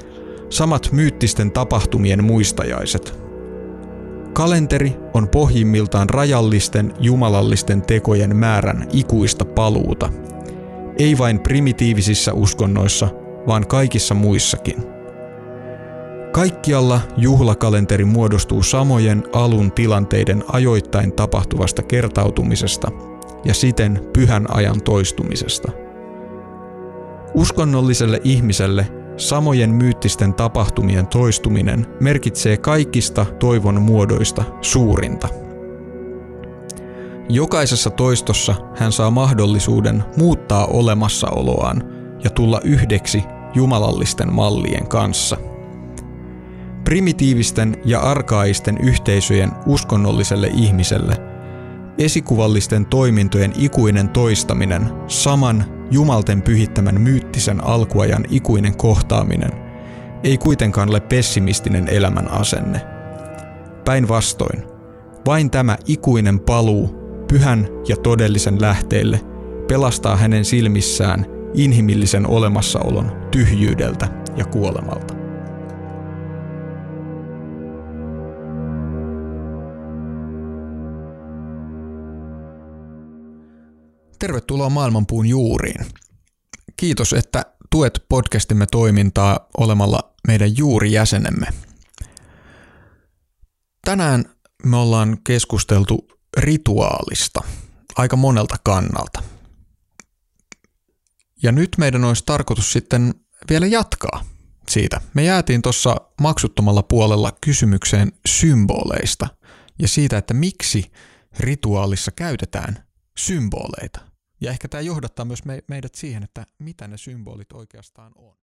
samat myyttisten tapahtumien muistajaiset. Kalenteri on pohjimmiltaan rajallisten jumalallisten tekojen määrän ikuista paluuta, ei vain primitiivisissä uskonnoissa, vaan kaikissa muissakin. Kaikkialla juhlakalenteri muodostuu samojen alun tilanteiden ajoittain tapahtuvasta kertautumisesta ja siten pyhän ajan toistumisesta. Uskonnolliselle ihmiselle samojen myyttisten tapahtumien toistuminen merkitsee kaikista toivon muodoista suurinta. Jokaisessa toistossa hän saa mahdollisuuden muuttaa olemassaoloaan ja tulla yhdeksi jumalallisten mallien kanssa. Primitiivisten ja arkaisten yhteisöjen uskonnolliselle ihmiselle esikuvallisten toimintojen ikuinen toistaminen, saman jumalten pyhittämän myyttisen alkuajan ikuinen kohtaaminen, ei kuitenkaan ole pessimistinen elämän asenne. Päinvastoin, vain tämä ikuinen paluu pyhän ja todellisen lähteelle pelastaa hänen silmissään inhimillisen olemassaolon tyhjyydeltä ja kuolemalta. Tervetuloa Maailmanpuun juuriin. Kiitos, että tuet podcastimme toimintaa olemalla meidän juurijäsenemme. Tänään me ollaan keskusteltu rituaalista aika monelta kannalta. Ja nyt meidän olisi tarkoitus sitten vielä jatkaa siitä. Me jäätiin tuossa maksuttomalla puolella kysymykseen symboleista ja siitä, että miksi rituaalissa käytetään symboleita. Ja ehkä tämä johdattaa myös me, meidät siihen, että mitä ne symbolit oikeastaan on.